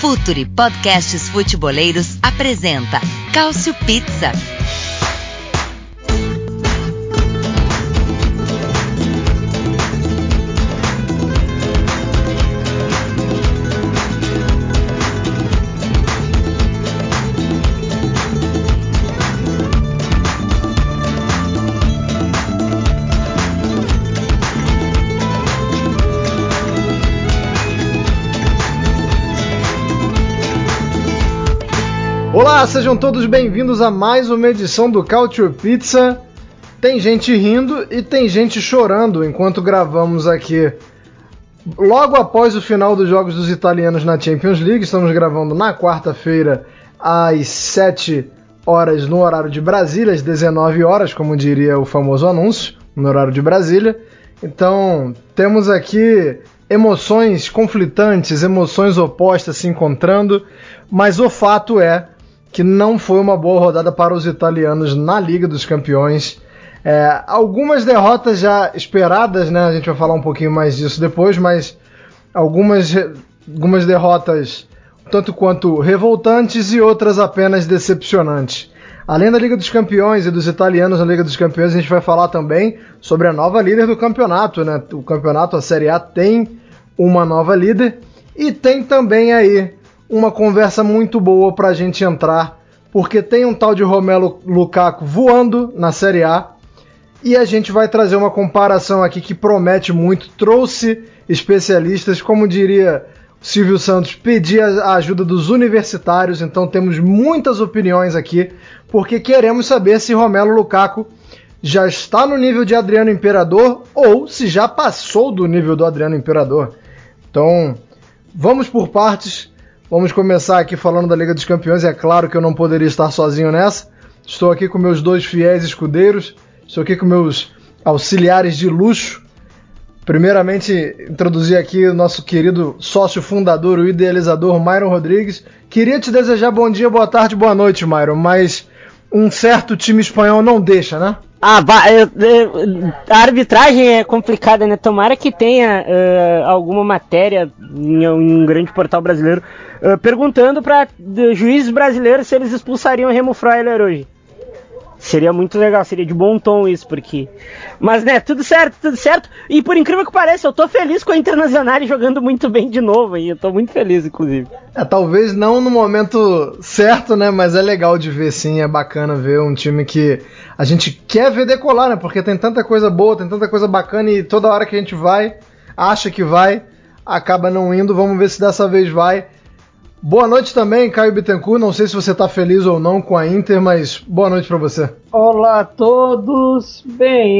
Futuri Podcasts Futeboleiros apresenta Cálcio Pizza. Olá, sejam todos bem-vindos a mais uma edição do Cálcio Pizza. Tem gente rindo e tem gente chorando enquanto gravamos aqui. Logo após o final dos jogos dos italianos na Champions League, estamos gravando na quarta-feira às 7 horas no horário de Brasília, às 19 horas, como diria o famoso anúncio, no horário de Brasília. Então, temos aqui emoções conflitantes, emoções opostas se encontrando, mas o fato é que não foi uma boa rodada para os italianos na Liga dos Campeões. Algumas derrotas já esperadas, né? A gente vai falar um pouquinho mais disso depois, mas algumas derrotas tanto quanto revoltantes e outras apenas decepcionantes. Além da Liga dos Campeões e dos italianos na Liga dos Campeões, a gente vai falar também sobre a nova líder do campeonato, né? O campeonato, a Série A, tem uma nova líder e tem também aí uma conversa muito boa para a gente entrar, porque tem um tal de Romelu Lukaku voando na Série A e a gente vai trazer uma comparação aqui que promete muito. Trouxe especialistas, como diria Silvio Santos, pedi a ajuda dos universitários, então temos muitas opiniões aqui, porque queremos saber se Romelu Lukaku já está no nível de Adriano Imperador ou se já passou do nível do Adriano Imperador. Então, vamos por partes. Vamos começar aqui falando da Liga dos Campeões. É claro que eu não poderia estar sozinho nessa. Estou aqui com meus dois fiéis escudeiros. Estou aqui com meus auxiliares de luxo. Primeiramente, introduzir aqui o nosso querido sócio fundador, o idealizador, Myron Rodrigues. Queria te desejar bom dia, boa tarde, boa noite, Myron, mas um certo time espanhol não deixa, né? A arbitragem é complicada, né? Tomara que tenha alguma matéria em um grande portal brasileiro perguntando para juízes brasileiros se eles expulsariam o Remo Freuler hoje. Seria muito legal, seria de bom tom isso, porque... Mas, né, tudo certo. E por incrível que pareça, eu tô feliz com a Internazionale jogando muito bem de novo aí. Eu tô muito feliz, inclusive. Talvez não no momento certo, né, mas é legal de ver, sim. É bacana ver um time que a gente quer ver decolar, né, porque tem tanta coisa boa, tem tanta coisa bacana e toda hora que a gente vai, acha que vai, acaba não indo. Vamos ver se dessa vez vai. Boa noite também, Caio Bittencourt. Não sei se você está feliz ou não com a Inter, mas boa noite para você. Olá a todos. Bem,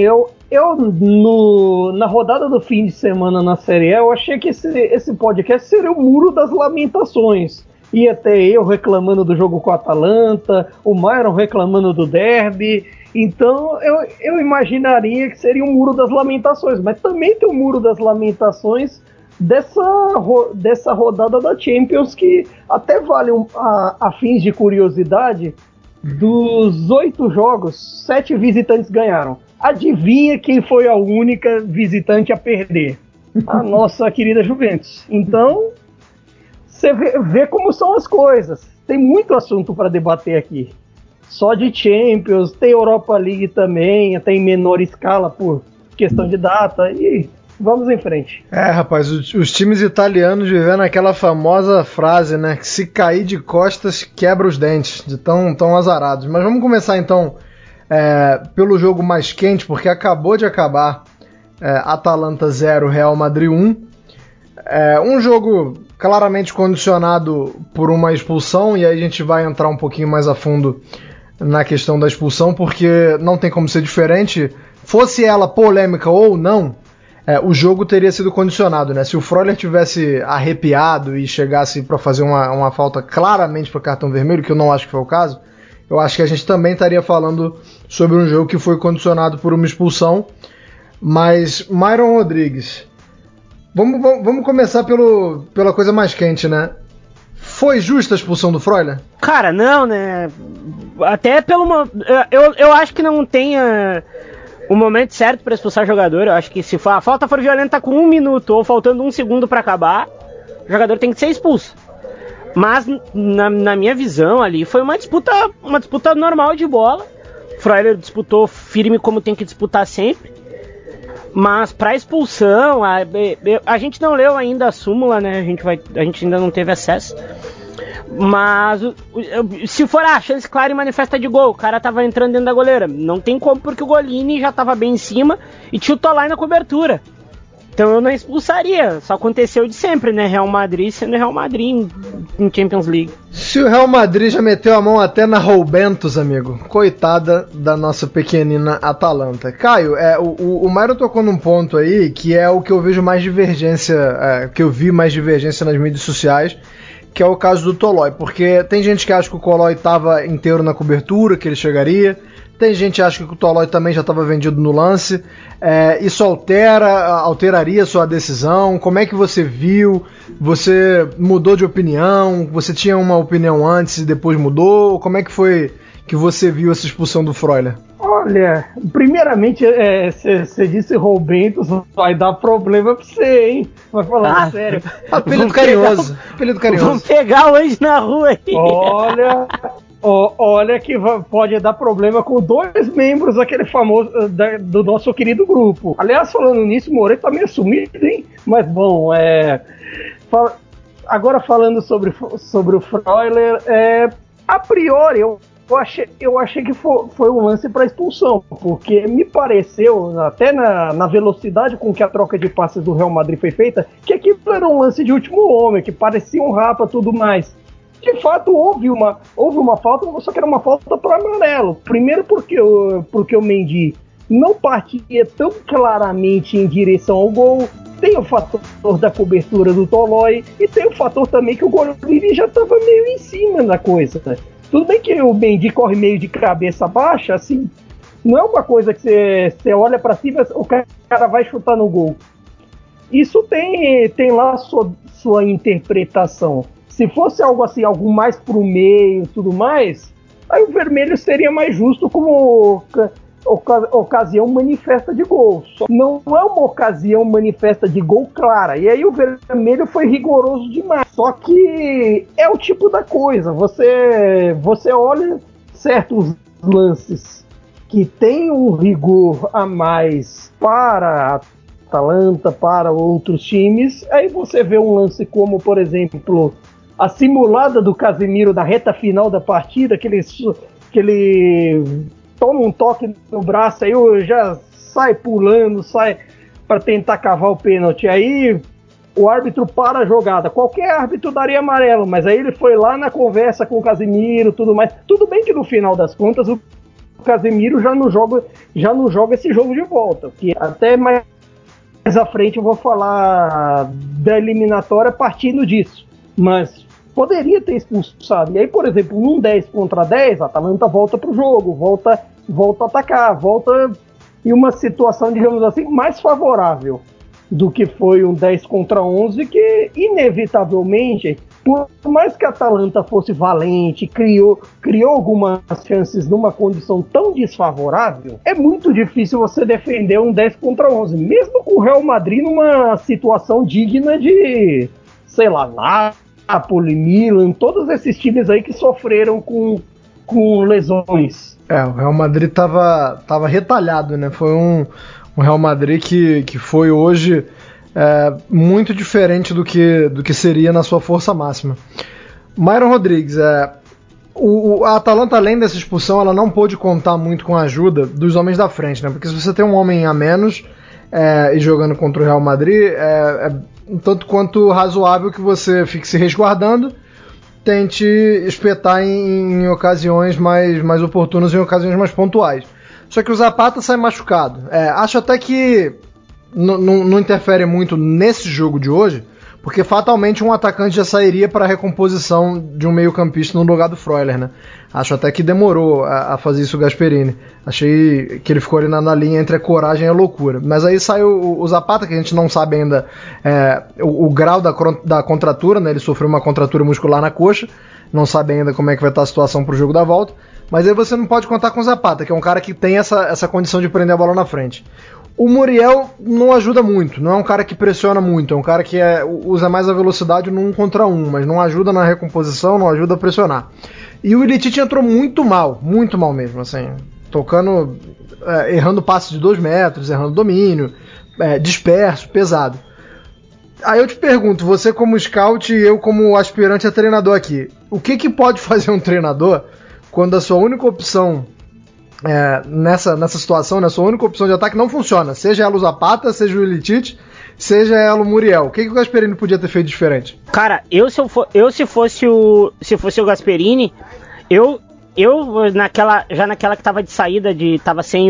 na rodada do fim de semana na Série A, eu achei que esse podcast seria o Muro das Lamentações. Ia ter eu reclamando do jogo com a Atalanta, o Myron reclamando do derby. Então eu imaginaria que seria o Muro das Lamentações, mas também tem o Muro das Lamentações dessa rodada da Champions, que até vale a fins de curiosidade. Dos 8 jogos, 7 visitantes ganharam. Adivinha quem foi a única visitante a perder? A nossa querida Juventus. Então, você vê como são as coisas. Tem muito assunto para debater aqui. Só de Champions, tem Europa League também, até em menor escala por questão de data, e vamos em frente. Rapaz, os times italianos vivendo aquela famosa frase, né? Que se cair de costas, quebra os dentes, de tão azarados. Mas vamos começar então pelo jogo mais quente, porque acabou de acabar. Atalanta 0, Real Madrid 1. Um jogo claramente condicionado por uma expulsão, e aí a gente vai entrar um pouquinho mais a fundo na questão da expulsão, porque não tem como ser diferente. Fosse ela polêmica ou não, o jogo teria sido condicionado, né? Se o Freuler tivesse arrepiado e chegasse para fazer uma falta claramente para cartão vermelho, que eu não acho que foi o caso, eu acho que a gente também estaria falando sobre um jogo que foi condicionado por uma expulsão. Mas, Myron Rodrigues, vamos começar pela coisa mais quente, né? Foi justa a expulsão do Freuler? Cara, não, né? Até eu acho que não tenha o momento certo para expulsar jogador. Eu acho que se a falta for violenta com 1 minuto ou faltando 1 segundo para acabar, o jogador tem que ser expulso. Mas, na minha visão ali, foi uma disputa normal de bola. O Freuler disputou firme como tem que disputar sempre. Mas pra expulsão, a gente não leu ainda a súmula, né? A gente ainda não teve acesso. Mas se for a chance clara e manifesta de gol, o cara tava entrando dentro da goleira. Não tem como, porque o Golini já tava bem em cima e tinha o Tolai na cobertura. Então eu não expulsaria. Só aconteceu de sempre, né? Real Madrid sendo Real Madrid em Champions League. Se o Real Madrid já meteu a mão até na Roubentus, amigo, coitada da nossa pequenina Atalanta. Caio, o Mário tocou num ponto aí que é o que eu vejo mais divergência, que eu vi mais divergência nas mídias sociais, que é o caso do Tolói, porque tem gente que acha que o Tolói estava inteiro na cobertura, que ele chegaria. Tem gente que acha que o Tolói também já estava vendido no lance. Isso alteraria sua decisão? Como é que você viu? Você mudou de opinião? Você tinha uma opinião antes e depois mudou? Como é que foi que você viu essa expulsão do Freuler? Olha, primeiramente, você disse Roubentus, vai dar problema pra você, hein? Vai falando sério. Apelido carinhoso. Vamos pegar hoje na rua aí. Olha que pode dar problema com 2 membros daquele famoso do nosso querido grupo. Aliás, falando nisso, o Moreira tá meio sumido, hein? Mas bom, agora falando sobre o Freuler, a priori eu achei que foi um lance para expulsão, porque me pareceu, até na velocidade com que a troca de passes do Real Madrid foi feita, que aquilo era um lance de último homem, que parecia um rapa e tudo mais. De fato, houve uma falta, só que era uma falta para amarelo. Primeiro porque o Mendy não partia tão claramente em direção ao gol. Tem o fator da cobertura do Tolói e tem o fator também que o Golini já estava meio em cima da coisa. Tudo bem que o Mendy corre meio de cabeça baixa, assim, não é uma coisa que você olha para cima, o cara vai chutar no gol. Isso tem lá sua interpretação. Se fosse algo assim, algo mais pro meio e tudo mais, aí o vermelho seria mais justo como ocasião manifesta de gol. Só não é uma ocasião manifesta de gol clara. E aí o vermelho foi rigoroso demais. Só que é o tipo da coisa. Você olha certos lances que tem um rigor a mais para a Atalanta, para outros times. Aí você vê um lance como, por exemplo, a simulada do Casemiro da reta final da partida, que ele toma um toque no braço, aí já sai pulando, sai para tentar cavar o pênalti. Aí o árbitro para a jogada. Qualquer árbitro daria amarelo, mas aí ele foi lá na conversa com o Casemiro, tudo mais. Tudo bem que no final das contas o Casemiro já não joga esse jogo de volta, que até mais à frente eu vou falar da eliminatória partindo disso. Mas poderia ter expulsado. E aí, por exemplo, num 10 contra 10, a Atalanta volta pro jogo, volta a atacar, volta em uma situação, digamos assim, mais favorável do que foi um 10 contra 11, que inevitavelmente, por mais que a Atalanta fosse valente, criou algumas chances numa condição tão desfavorável, é muito difícil você defender um 10 contra 11, mesmo com o Real Madrid numa situação digna de, sei lá, Napoli, Milan, todos esses times aí que sofreram com lesões. O Real Madrid tava retalhado, né? Foi um Real Madrid que foi hoje muito diferente do que seria na sua força máxima. Myron Rodrigues, a Atalanta, além dessa expulsão, ela não pôde contar muito com a ajuda dos homens da frente, né? Porque se você tem um homem a menos e jogando contra o Real Madrid, um tanto quanto razoável que você fique se resguardando, tente espetar em ocasiões mais oportunas, em ocasiões mais pontuais. Só que o Zapata sai machucado. Acho até que não interfere muito nesse jogo de hoje, porque fatalmente um atacante já sairia para a recomposição de um meio-campista no lugar do Freuler, né? Acho até que demorou a fazer isso o Gasperini. Achei que ele ficou ali na linha entre a coragem e a loucura. Mas aí saiu o Zapata, que a gente não sabe ainda o grau da contratura, né? Ele sofreu uma contratura muscular na coxa, não sabe ainda como é que vai estar a situação para o jogo da volta. Mas aí você não pode contar com o Zapata, que é um cara que tem essa condição de prender a bola na frente. O Muriel não ajuda muito, não é um cara que pressiona muito, é um cara que usa mais a velocidade no 1 contra 1, mas não ajuda na recomposição, não ajuda a pressionar. E o Ilicic entrou muito mal mesmo, assim, tocando, errando passes de 2 metros, errando domínio, disperso, pesado. Aí eu te pergunto, você como scout e eu como aspirante a treinador aqui, o que pode fazer um treinador quando a sua única opção nessa situação, né, a sua única opção de ataque não funciona, seja ela o Zapata, seja o Ilicic, seja ela o Muriel? O que o Gasperini podia ter feito diferente? Cara, se fosse o Gasperini, eu naquela que tava de saída, tava sem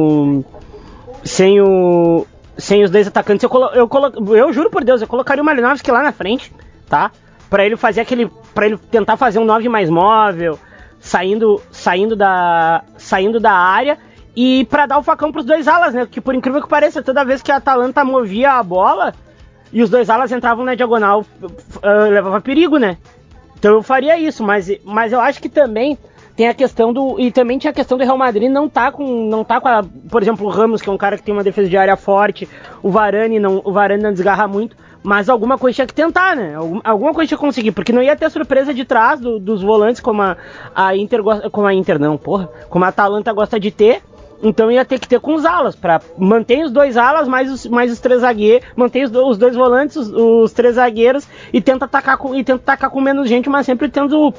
os 2 atacantes, eu juro por Deus, eu colocaria o Malinovski lá na frente, tá? Pra ele tentar fazer um 9 mais móvel, saindo da área, e pra dar o facão pros 2 alas, né? Que por incrível que pareça, toda vez que a Atalanta movia a bola e os 2 alas entravam na diagonal, levava perigo, né? Então eu faria isso, mas eu acho que também tem a questão e também tinha a questão do Real Madrid não tá com por exemplo, o Ramos, que é um cara que tem uma defesa de área forte, o Varane não desgarra muito, mas alguma coisa tinha que tentar, né? Alguma coisa tinha que conseguir, porque não ia ter surpresa de trás dos volantes como como a Atalanta gosta de ter. Então ia ter que ter com os alas, para manter os 2 alas, mais os 3 zagueiros, manter os 2 volantes, os 3 zagueiros, e tenta atacar com menos gente, mas sempre tendo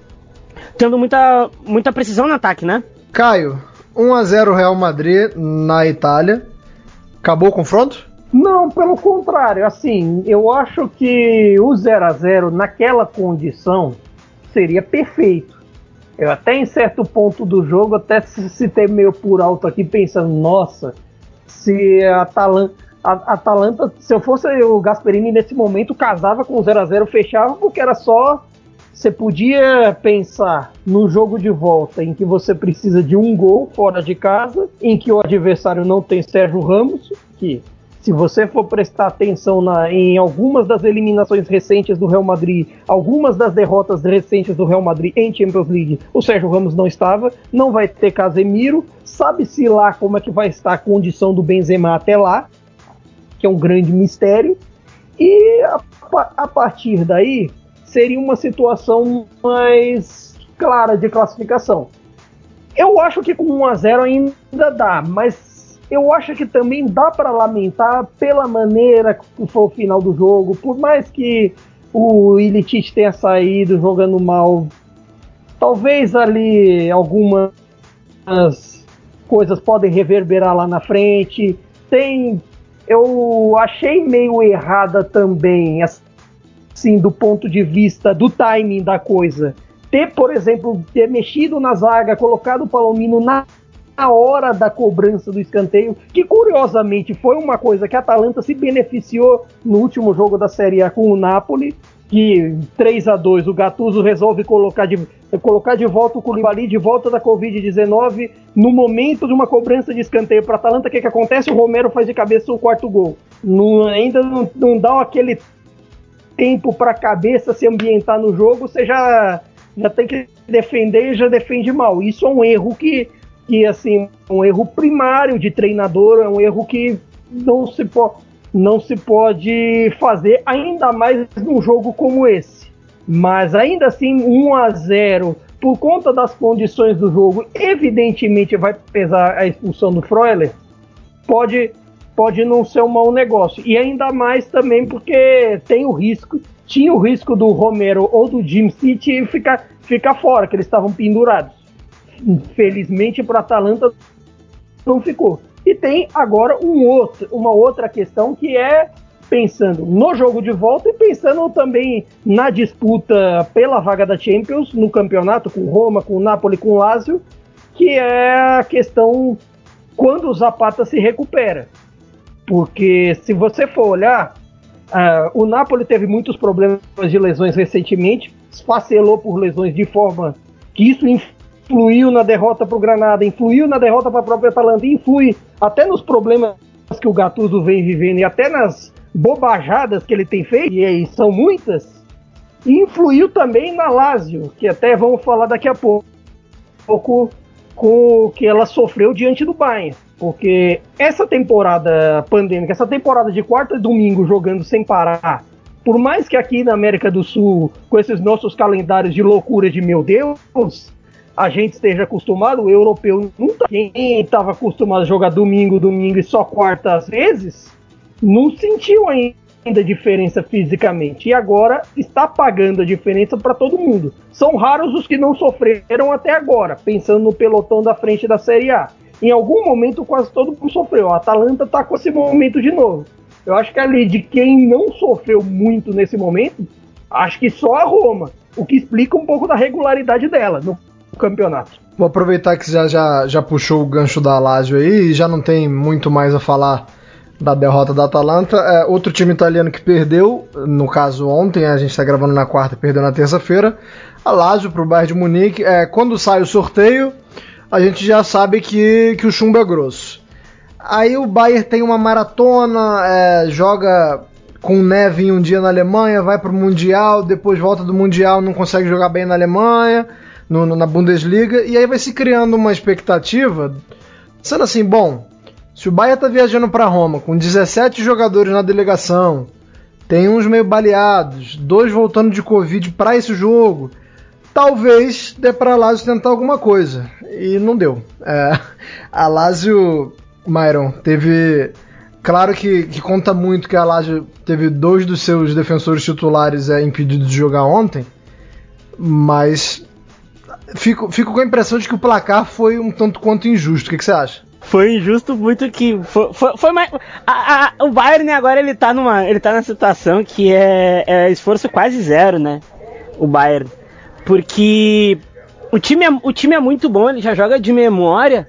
muita precisão no ataque, né? Caio, 1-0 Real Madrid na Itália. Acabou o confronto? Não, pelo contrário. Assim, eu acho que o 0-0 naquela condição seria perfeito. Eu até em certo ponto do jogo, até citei meio por alto aqui, pensando, nossa, se a Atalanta, se eu fosse o Gasperini nesse momento, casava com o 0-0, fechava, porque era só... Você podia pensar no jogo de volta em que você precisa de um gol fora de casa, em que o adversário não tem Sérgio Ramos, que se você for prestar atenção em algumas das eliminações recentes do Real Madrid, algumas das derrotas recentes do Real Madrid em Champions League, o Sérgio Ramos não estava, não vai ter Casemiro, sabe-se lá como é que vai estar a condição do Benzema até lá, que é um grande mistério, e a partir daí seria uma situação mais clara de classificação. Eu acho que com 1-0 ainda dá, mas eu acho que também dá para lamentar pela maneira que foi o final do jogo, por mais que o Ilicic tenha saído jogando mal, talvez ali algumas coisas podem reverberar lá na frente. Eu achei meio errada também, assim, do ponto de vista do timing da coisa. Por exemplo, ter mexido na zaga, colocado o Palomino na hora da cobrança do escanteio, que curiosamente foi uma coisa que a Atalanta se beneficiou no último jogo da Série A com o Napoli, que 3-2 o Gattuso resolve colocar de volta o Koulibaly de volta da Covid-19 no momento de uma cobrança de escanteio para a Atalanta. O que acontece? O Romero faz de cabeça o 4º gol. Ainda não dá aquele tempo para a cabeça se ambientar no jogo, você já tem que defender e já defende mal. Isso é um erro que assim, um erro primário de treinador, é um erro que não se pode fazer, ainda mais num jogo como esse. Mas ainda assim, 1-0, por conta das condições do jogo, evidentemente vai pesar a expulsão do Freuler, pode não ser um mau negócio. E ainda mais também porque tinha o risco do Romero ou do Jim City ficar fora, que eles estavam pendurados. Infelizmente para a Atalanta não ficou. E tem agora uma outra questão, que é pensando no jogo de volta e pensando também na disputa pela vaga da Champions no campeonato, com Roma, com Napoli, com Lazio, que é a questão quando o Zapata se recupera. Porque se você for olhar, o Napoli teve muitos problemas de lesões recentemente, esfacelou por lesões de forma que isso influiu na derrota para o Granada, influiu na derrota para a própria Atalanta, influi até nos problemas que o Gattuso vem vivendo e até nas bobajadas que ele tem feito, e são muitas, e influiu também na Lazio, que até vamos falar daqui a pouco com o que ela sofreu diante do Bayern. Porque essa temporada pandêmica, essa temporada de quarta e domingo jogando sem parar, por mais que aqui na América do Sul, com esses nossos calendários de loucura de meu Deus, a gente esteja acostumado, o europeu nunca, quem estava acostumado a jogar domingo e só quarta às vezes, não sentiu ainda diferença fisicamente, e agora está pagando a diferença para todo mundo. São raros os que não sofreram até agora, pensando no pelotão da frente da Série A. Em algum momento quase todo mundo sofreu. A Atalanta está com esse momento de novo. Eu acho que ali de quem não sofreu muito nesse momento, acho que só a Roma, o que explica um pouco da regularidade dela no campeonato. Vou aproveitar que já puxou o gancho da Lazio aí e já não tem muito mais a falar da derrota da Atalanta. Outro time italiano que perdeu, no caso ontem, a gente está gravando na quarta e perdeu na terça-feira, a Lazio para o Bayern de Munique. Quando sai o sorteio, a gente já sabe que o chumbo é grosso. Aí o Bayern tem uma maratona, joga com neve em um dia na Alemanha, vai para o Mundial, depois volta do Mundial, não consegue jogar bem na Alemanha, na Bundesliga, e aí vai se criando uma expectativa, sendo assim, bom, se o Bayern tá viajando para Roma com 17 jogadores na delegação, tem uns meio baleados, 2 voltando de Covid para esse jogo, talvez dê para a Lazio tentar alguma coisa. E não deu. A Lazio, Myron, teve... Claro que conta muito que a Lazio teve 2 dos seus defensores titulares impedidos de jogar ontem, mas fico com a impressão de que o placar foi um tanto quanto injusto. O que você acha? Foi injusto muito que... Foi mais... O Bayern agora ele tá na situação que é esforço quase zero, né? O Bayern. Porque o time é muito bom, ele já joga de memória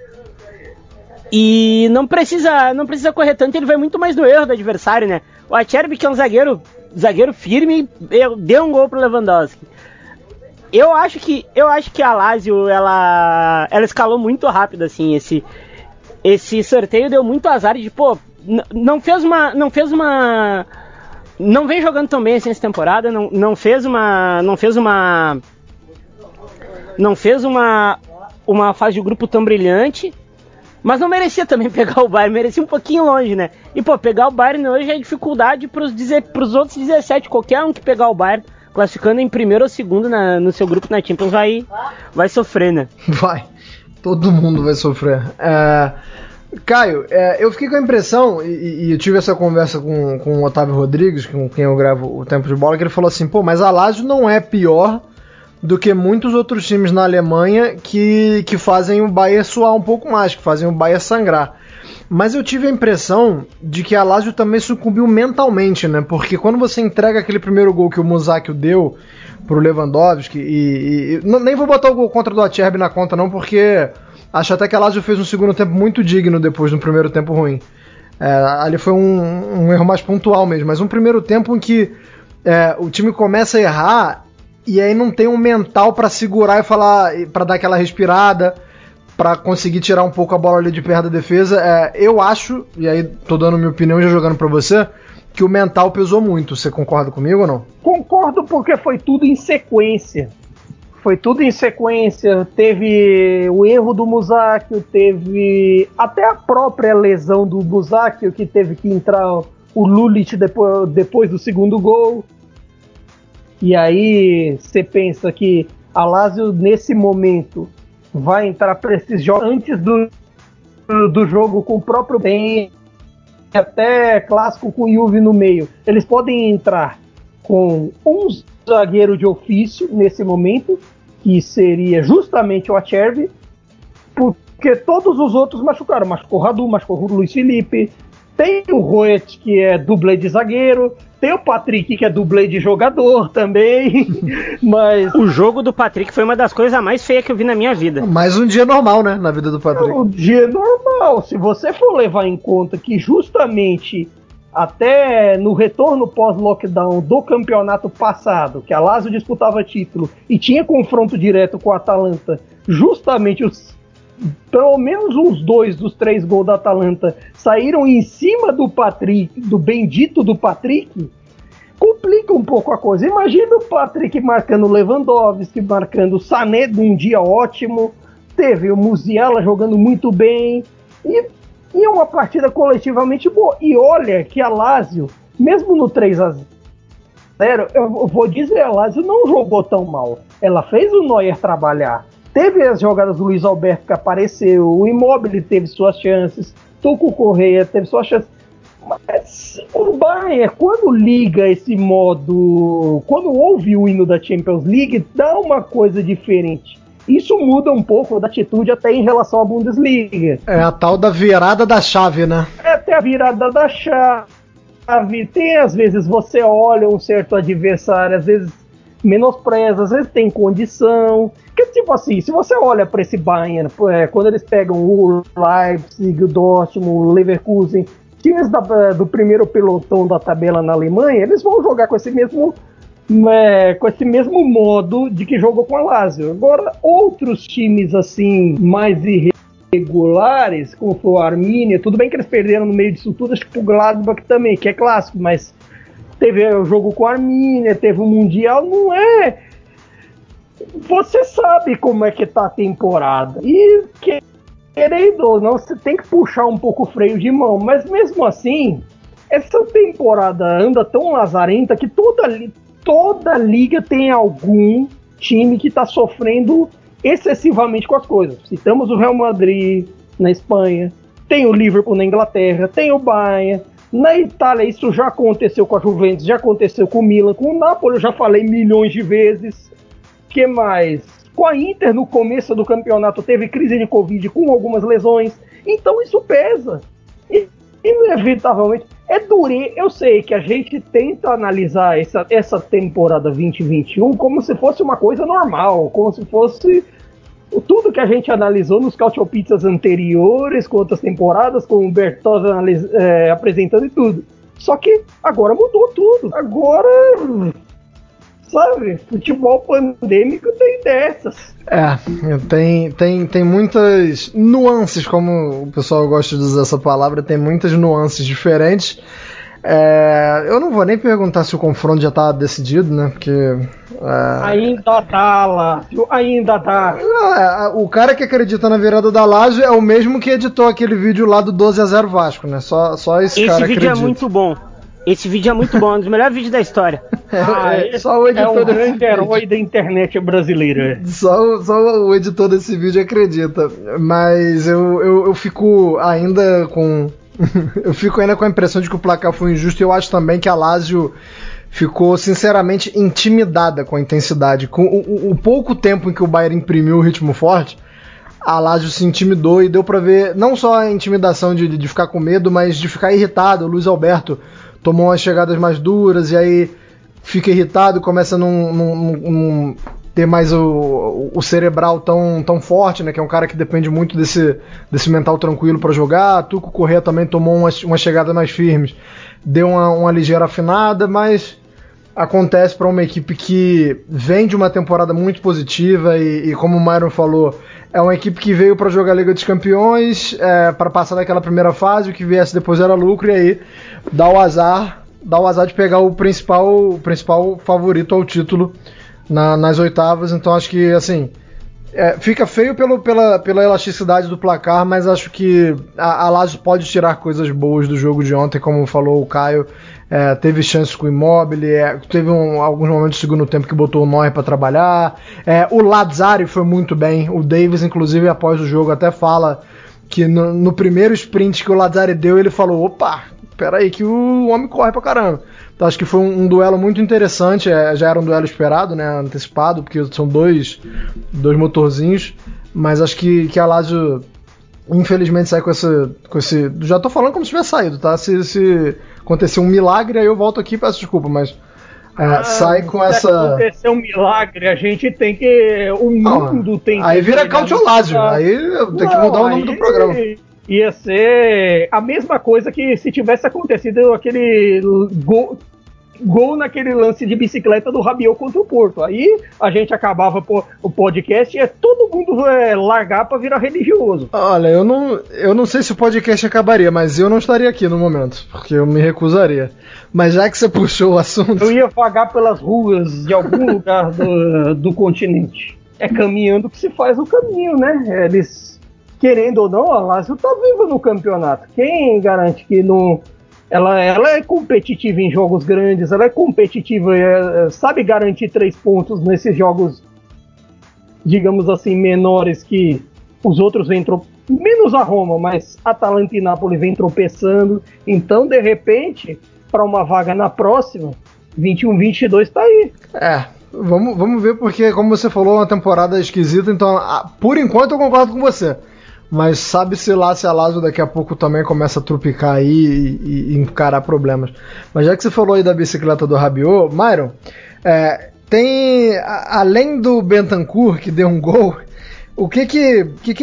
e não precisa correr tanto, ele vai muito mais no erro do adversário, né? O Acerbi, que é um zagueiro firme, deu um gol pro Lewandowski. Eu acho que a Lazio ela escalou muito rápido, assim, esse sorteio deu muito azar de, não vem jogando tão bem assim essa temporada, não fez uma fase de grupo tão brilhante, mas não merecia também pegar o Bayern, merecia um pouquinho longe, né? E pegar o Bayern hoje é dificuldade pros outros 17, qualquer um que pegar o Bayern, classificando em primeiro ou segundo no seu grupo na Champions, vai sofrer, né? Vai, todo mundo vai sofrer. Caio, eu fiquei com a impressão, e eu tive essa conversa com o Otávio Rodrigues, com quem eu gravo o Tempo de Bola, que ele falou assim, mas a Lazio não é pior do que muitos outros times na Alemanha que fazem o Bayern suar um pouco mais, que fazem o Bayern sangrar. Mas eu tive a impressão de que a Lazio também sucumbiu mentalmente, né? Porque quando você entrega aquele primeiro gol que o Musacchio deu pro Lewandowski, nem vou botar o gol contra do Acerbi na conta não, porque acho até que a Lazio fez um segundo tempo muito digno depois do primeiro tempo ruim. Ali foi um erro mais pontual mesmo, mas um primeiro tempo em que o time começa a errar e aí não tem um mental para segurar e falar, para dar aquela respirada, para conseguir tirar um pouco a bola ali de perto da defesa. Eu acho, e aí tô dando minha opinião já jogando para você, que o mental pesou muito. Você concorda comigo ou não? Concordo, porque foi tudo em sequência. Teve o erro do Musacchio, teve até a própria lesão do Musacchio, que teve que entrar o Lulic depois do segundo gol. E aí você pensa que a Lazio nesse momento vai entrar para esses jogos antes do jogo com o próprio bem, até clássico com o Juve no meio. Eles podem entrar com um zagueiro de ofício nesse momento, que seria justamente o Acerbi, porque todos os outros machucaram. Machucou o Radu, machucou o Luiz Felipe, tem o Roet, que é dublê de zagueiro, tem o Patrick, que é dublê de jogador também, mas... O jogo do Patrick foi uma das coisas mais feias que eu vi na minha vida. Mais um dia normal, né, na vida do Patrick. Um dia normal, se você for levar em conta que justamente até no retorno pós-lockdown do campeonato passado, que a Lazio disputava título e tinha confronto direto com a Atalanta, justamente pelo menos uns 2 dos 3 gols da Atalanta saíram em cima do Patrick, do bendito do Patrick, complica um pouco a coisa. Imagina o Patrick marcando o Lewandowski, marcando o Sané num dia ótimo, teve o Musiala jogando muito bem, e é uma partida coletivamente boa. E olha que a Lazio, mesmo no 3-0, eu vou dizer, a Lazio não jogou tão mal. Ela fez o Neuer trabalhar. Teve as jogadas do Luiz Alberto que apareceu, o Immobile teve suas chances, Tuco Correia teve suas chances. Mas o Bayern, quando liga esse modo, quando ouve o hino da Champions League, dá uma coisa diferente. Isso muda um pouco da atitude até em relação à Bundesliga. É a tal da virada da chave, né? É até a virada da chave. Tem, às vezes, você olha um certo adversário, às vezes menospreza, às vezes tem condição. Que tipo assim, se você olha para esse Bayern, quando eles pegam o Leipzig, o Dortmund, o Leverkusen, times do primeiro pelotão da tabela na Alemanha, eles vão jogar com esse mesmo modo de que jogou com a Lazio. Agora, outros times assim, mais irregulares, como foi o Arminia, tudo bem que eles perderam no meio disso tudo, acho que o Gladbach também, que é clássico, mas teve o jogo com a Arminia, teve o Mundial, não é... Você sabe como é que tá a temporada, e querendo ou não, você tem que puxar um pouco o freio de mão, mas mesmo assim, essa temporada anda tão lazarenta que toda liga tem algum time que está sofrendo excessivamente com as coisas. Citamos o Real Madrid na Espanha, tem o Liverpool na Inglaterra, tem o Bayern. Na Itália isso já aconteceu com a Juventus, já aconteceu com o Milan, com o Napoli eu já falei milhões de vezes. Que mais? Com a Inter no começo do campeonato teve crise de Covid com algumas lesões, então isso pesa. E inevitavelmente é dureza. Eu sei que a gente tenta analisar essa temporada 2021 como se fosse uma coisa normal, como se fosse tudo que a gente analisou nos Cautio Pizzas anteriores, com outras temporadas, com o Bertozzi apresentando e tudo. Só que agora mudou tudo. Agora, sabe, futebol pandêmico tem dessas. Tem muitas nuances, como o pessoal gosta de usar essa palavra, tem muitas nuances diferentes. Eu não vou nem perguntar se o confronto já tá decidido, né? Porque. Ainda dá, Lácio, ainda dá. O cara que acredita na virada da Lazio é o mesmo que editou aquele vídeo lá do 12-0 Vasco, né? Só esse cara acredita. Esse vídeo é muito bom. Esse vídeo é muito bom, é um dos melhores vídeos da história. Só o editor é o grande herói da internet brasileira. Só o editor desse vídeo acredita. Mas eu fico ainda com... eu fico ainda com a impressão de que o placar foi injusto, e eu acho também que a Lazio ficou sinceramente intimidada com a intensidade. Com o pouco tempo em que o Bayern imprimiu o ritmo forte, a Lazio se intimidou e deu pra ver não só a intimidação de ficar com medo, mas de ficar irritado. O Luiz Alberto tomou umas chegadas mais duras e aí fica irritado, começa a não ter mais o cerebral tão forte, né? Que é um cara que depende muito desse mental tranquilo para jogar. Tuco Correia também tomou umas chegadas mais firmes, deu uma ligeira afinada, mas acontece para uma equipe que vem de uma temporada muito positiva e como o Myron falou, é uma equipe que veio para jogar a Liga dos Campeões, para passar daquela primeira fase, o que viesse depois era lucro, e aí dá o azar de pegar o principal favorito ao título nas oitavas. Então acho que assim fica feio pela elasticidade do placar, mas acho que a Lazio pode tirar coisas boas do jogo de ontem, como falou o Caio. Teve chances com o Immobile, teve alguns momentos do segundo tempo que botou o Neuer para trabalhar, o Lazzari foi muito bem, o Davis inclusive após o jogo até fala que no primeiro sprint que o Lazzari deu, ele falou, opa, peraí que o homem corre pra caramba. Então acho que foi um duelo muito interessante, já era um duelo esperado, né, antecipado, porque são dois motorzinhos, mas acho que a Lazio infelizmente sai com esse... Já tô falando como se tivesse saído, tá? Se acontecer um milagre, aí eu volto aqui e peço desculpa, mas sai com essa... Se acontecer um milagre, a gente tem que... O mundo tem que... Aí vira Cautio Lazio, aí eu tenho que mudar o nome do programa. Ia ser a mesma coisa que se tivesse acontecido aquele gol naquele lance de bicicleta do Rabiot contra o Porto. Aí a gente acabava o podcast e todo mundo largar pra virar religioso. Olha, eu não sei se o podcast acabaria, mas eu não estaria aqui no momento, porque eu me recusaria. Mas já que você puxou o assunto... Eu ia vagar pelas ruas de algum lugar do continente. é caminhando que se faz o caminho, né? Eles, querendo ou não, a Lazio tá viva no campeonato. Quem garante que não... Ela é competitiva em jogos grandes, ela é competitiva, sabe garantir 3 pontos nesses jogos, digamos assim, menores que os outros vêm menos a Roma, mas Atalanta e Napoli vêm tropeçando. Então, de repente, para uma vaga na próxima, 21-22 tá aí. Vamos ver, porque como você falou, é uma temporada esquisita, então por enquanto eu concordo com você. Mas sabe-se lá se a Lazio daqui a pouco também começa a trupicar aí e encarar problemas. Mas já que você falou aí da bicicleta do Rabiot, Myron, tem, além do Bentancur, que deu um gol, o que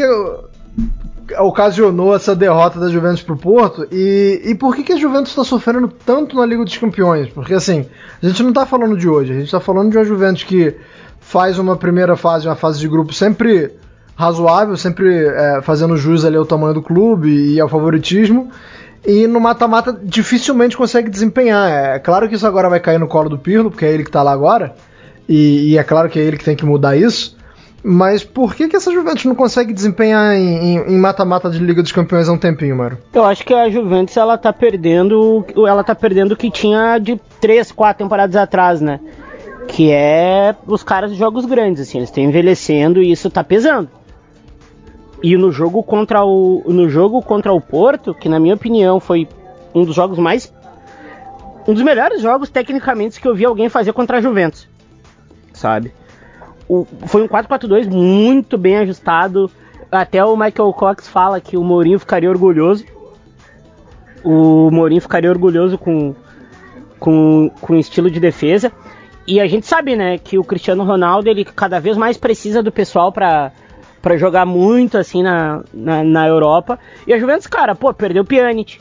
ocasionou essa derrota da Juventus pro Porto e por que a Juventus está sofrendo tanto na Liga dos Campeões? Porque assim, a gente não está falando de hoje, a gente está falando de uma Juventus que faz uma primeira fase, uma fase de grupo sempre razoável, sempre fazendo jus ali ao tamanho do clube e ao favoritismo, e no mata-mata dificilmente consegue desempenhar. É claro que isso agora vai cair no colo do Pirlo, porque é ele que está lá agora, e é claro que é ele que tem que mudar isso. Mas por que essa Juventus não consegue desempenhar em mata-mata de Liga dos Campeões há um tempinho, Mário? Eu acho que a Juventus ela tá perdendo o que tinha de 3, 4 temporadas atrás, né? Que é os caras de jogos grandes, assim, eles estão envelhecendo e isso tá pesando. E no jogo contra o Porto, que na minha opinião foi um dos melhores jogos tecnicamente que eu vi alguém fazer contra a Juventus, sabe? Foi um 4-4-2 muito bem ajustado. Até o Michael Cox fala que o Mourinho ficaria orgulhoso. O Mourinho ficaria orgulhoso com o estilo de defesa. E a gente sabe, né, que o Cristiano Ronaldo, ele cada vez mais precisa do pessoal pra jogar muito assim na Europa. E a Juventus, cara, perdeu o Pjanic.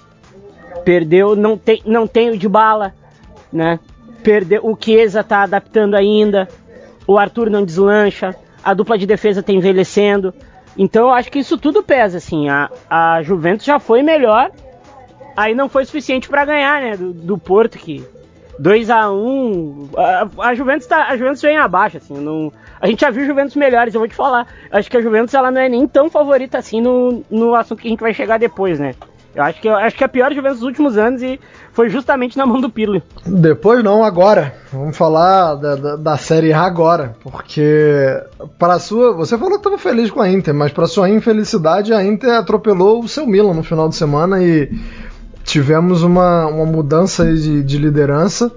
Não tem o Dybala, né? Perdeu, o Chiesa tá adaptando ainda. O Arthur não deslancha, a dupla de defesa tá envelhecendo. Então eu acho que isso tudo pesa, assim. A Juventus já foi melhor, aí não foi suficiente para ganhar, né, do Porto, que 2-1, a Juventus vem abaixo, assim. A gente já viu Juventus melhores, eu vou te falar. Acho que a Juventus ela não é nem tão favorita assim no assunto que a gente vai chegar depois, né. Eu acho que é a pior Juventus dos últimos anos e foi justamente na mão do Pirlo. Depois não, agora. Vamos falar da Série A agora. Porque você falou que estava feliz com a Inter, mas para sua infelicidade a Inter atropelou o seu Milan no final de semana e tivemos uma mudança de liderança.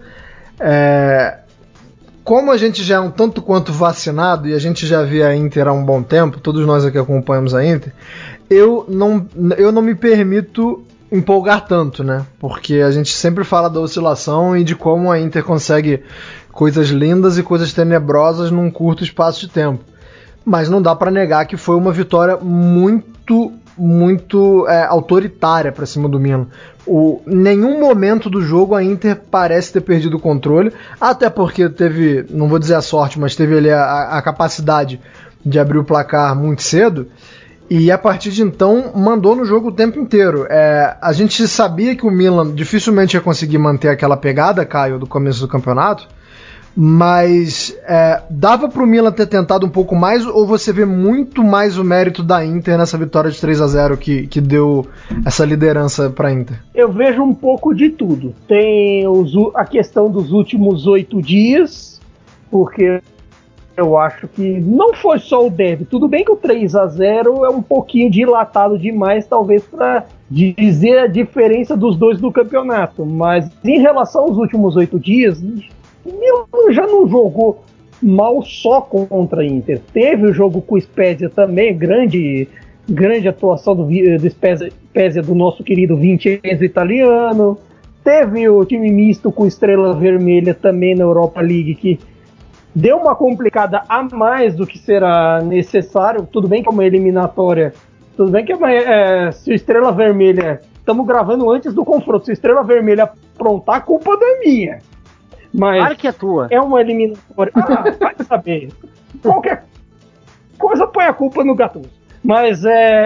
Como a gente já é um tanto quanto vacinado e a gente já via a Inter há um bom tempo, todos nós aqui acompanhamos a Inter, eu não me permito empolgar tanto, né? Porque a gente sempre fala da oscilação e de como a Inter consegue coisas lindas e coisas tenebrosas num curto espaço de tempo. Mas não dá para negar que foi uma vitória muito autoritária para cima do Milan. Nenhum momento do jogo a Inter parece ter perdido o controle, até porque teve, não vou dizer a sorte, mas teve ali a capacidade de abrir o placar muito cedo. E a partir de então mandou no jogo o tempo inteiro. A gente sabia que o Milan dificilmente ia conseguir manter aquela pegada, Caio, do começo do campeonato, mas dava pro Milan ter tentado um pouco mais, ou você vê muito mais o mérito da Inter nessa vitória de 3-0 que deu essa liderança pra Inter? Eu vejo um pouco de tudo. Tem a questão dos últimos 8 dias, porque eu acho que não foi só o derby. Tudo bem que o 3-0 é um pouquinho dilatado demais, talvez para dizer a diferença dos dois do campeonato. Mas em relação aos últimos 8 dias, o Milan já não jogou mal só contra a Inter. Teve o jogo com o Spezia também, grande atuação do Spezia, do nosso querido Vincenzo italiano. Teve o time misto com Estrela Vermelha também na Europa League, que deu uma complicada a mais do que será necessário. Tudo bem que é uma eliminatória. Tudo bem que se o Estrela Vermelha... Estamos gravando antes do confronto. Se o Estrela Vermelha aprontar, a culpa não é minha. Mas claro que é tua. É uma eliminatória. Vai saber. Qualquer coisa põe a culpa no Gattuso. Mas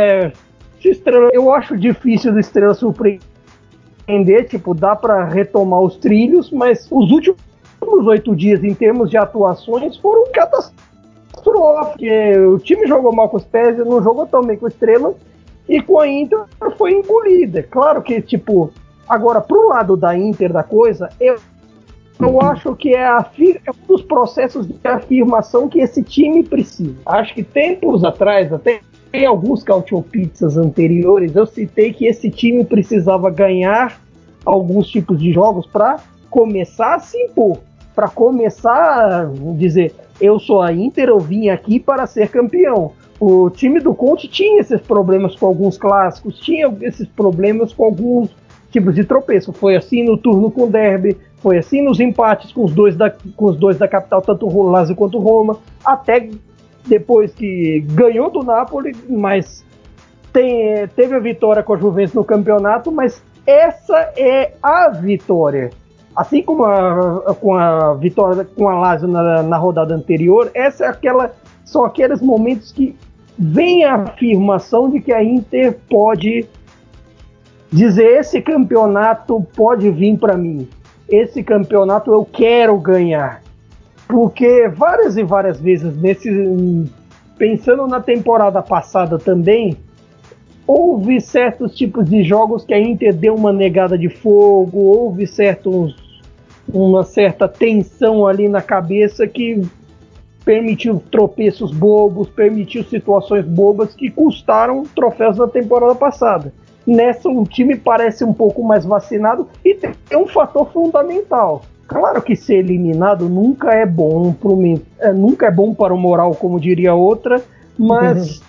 eu acho difícil do Estrela surpreender. Tipo, dá para retomar os trilhos, mas os últimos 8 dias em termos de atuações foram porque o time jogou mal com os Spezia, não jogou tão bem com o Estrela, e com a Inter foi engolida. Claro que, tipo, agora, pro lado da Inter da coisa, eu acho que é um dos processos de afirmação que esse time precisa. Acho que tempos atrás, até em alguns Cautio Pizzas anteriores, eu citei que esse time precisava ganhar alguns tipos de jogos para começar a se impor, para começar a dizer, eu sou a Inter, eu vim aqui para ser campeão. O time do Conte tinha esses problemas com alguns clássicos, tinha esses problemas com alguns tipos de tropeço. Foi assim no turno com o Derby, foi assim nos empates com os dois da capital, tanto o Lazio quanto o Roma, até depois que ganhou do Napoli, mas teve a vitória com a Juventus no campeonato, mas essa é a vitória. Assim como com a vitória com a Lazio na rodada anterior, são aqueles momentos que vem a afirmação de que a Inter pode dizer, esse campeonato pode vir para mim, esse campeonato eu quero ganhar. Porque várias e várias vezes, pensando na temporada passada também, houve certos tipos de jogos que a Inter deu uma negada de fogo, houve uma certa tensão ali na cabeça que permitiu tropeços bobos, permitiu situações bobas que custaram troféus na temporada passada. Nessa, o time parece um pouco mais vacinado e tem um fator fundamental. Claro que ser eliminado nunca é bom nunca é bom para o moral, como diria outra, mas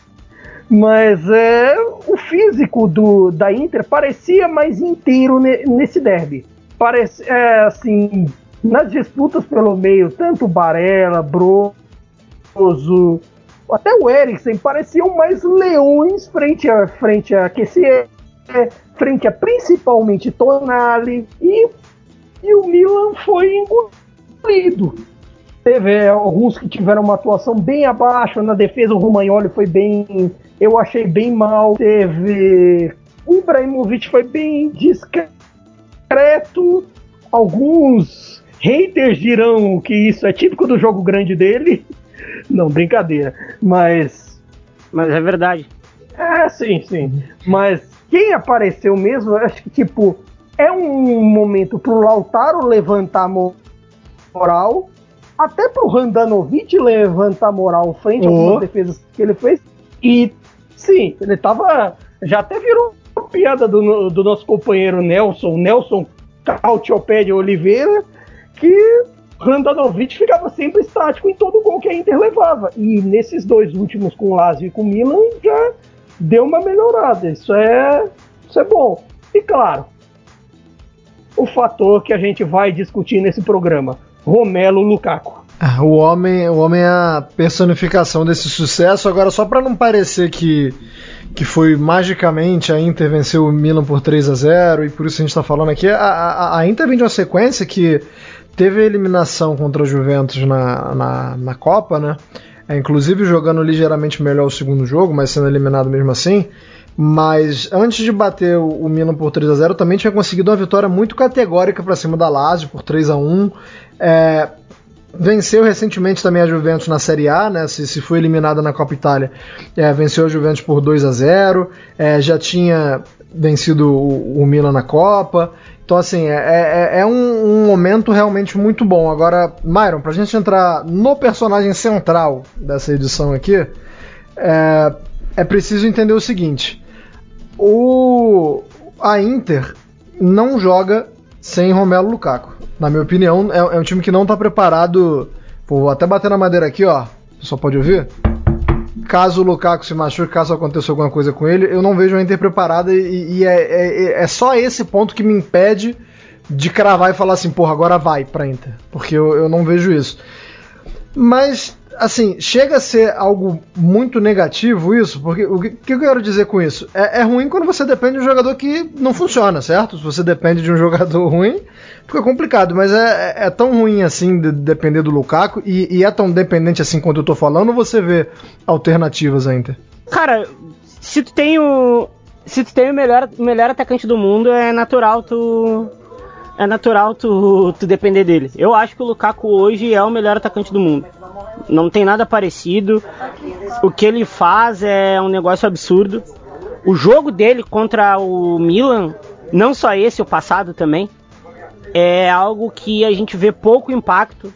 o físico da Inter parecia mais inteiro nesse derby. Assim, nas disputas pelo meio, tanto Barella, Brozo, até o Eriksen pareciam mais leões frente a QC, frente a principalmente Tonali, e o Milan foi engolido. Teve alguns que tiveram uma atuação bem abaixo, na defesa o Romagnoli foi bem, eu achei bem mal, o Ibrahimovic foi bem discreto, alguns haters dirão que isso é típico do jogo grande dele, não, brincadeira, mas é verdade. Sim, mas quem apareceu mesmo, acho que tipo, é um momento pro Lautaro levantar moral, até pro Handanovic levantar moral frente a algumas defesas que ele fez. E sim, ele já até virou piada do nosso companheiro Nelson Cautiopédia Oliveira, que Handanovic ficava sempre estático em todo gol que a Inter levava. E nesses dois últimos, com o Lazio e com o Milan, já deu uma melhorada. Isso é bom. E claro, o fator que a gente vai discutir nesse programa, Romelu Lukaku. O homem é a personificação desse sucesso. Agora, só para não parecer que foi magicamente a Inter venceu o Milan por 3-0 e por isso a gente está falando aqui, a Inter vem de uma sequência que teve a eliminação contra a Juventus na Copa, né? Inclusive jogando ligeiramente melhor o segundo jogo, mas sendo eliminado mesmo assim. Mas antes de bater o Milan por 3-0, também tinha conseguido uma vitória muito categórica para cima da Lazio por 3-1. Venceu recentemente também a Juventus na Série A, né? Se foi eliminada na Copa Itália, venceu a Juventus por 2-0, já tinha vencido o Milan na Copa. Então, assim, é um momento realmente muito bom. Agora, Myron, pra gente entrar no personagem central dessa edição aqui, é preciso entender o seguinte: a Inter não joga sem Romelu Lukaku. Na minha opinião, é um time que não está preparado. Vou até bater na madeira aqui, ó. Você só pode ouvir? Caso o Lukaku se machuque, caso aconteça alguma coisa com ele, eu não vejo a Inter preparada e é só esse ponto que me impede de cravar e falar assim, porra, agora vai pra Inter. Porque eu não vejo isso. Mas, assim, chega a ser algo muito negativo isso, porque o que eu quero dizer com isso? É ruim quando você depende de um jogador que não funciona, certo? Se você depende de um jogador ruim, fica complicado, mas é tão ruim assim de depender do Lukaku e é tão dependente assim quanto eu tô falando, ou você vê alternativas à Inter? Cara, se tu tem o melhor atacante do mundo, é natural tu é natural tu depender dele. Eu acho que o Lukaku hoje é o melhor atacante do mundo. Não tem nada parecido. O que ele faz é um negócio absurdo. O jogo dele contra o Milan, não só esse, o passado também, é algo que a gente vê pouco impacto.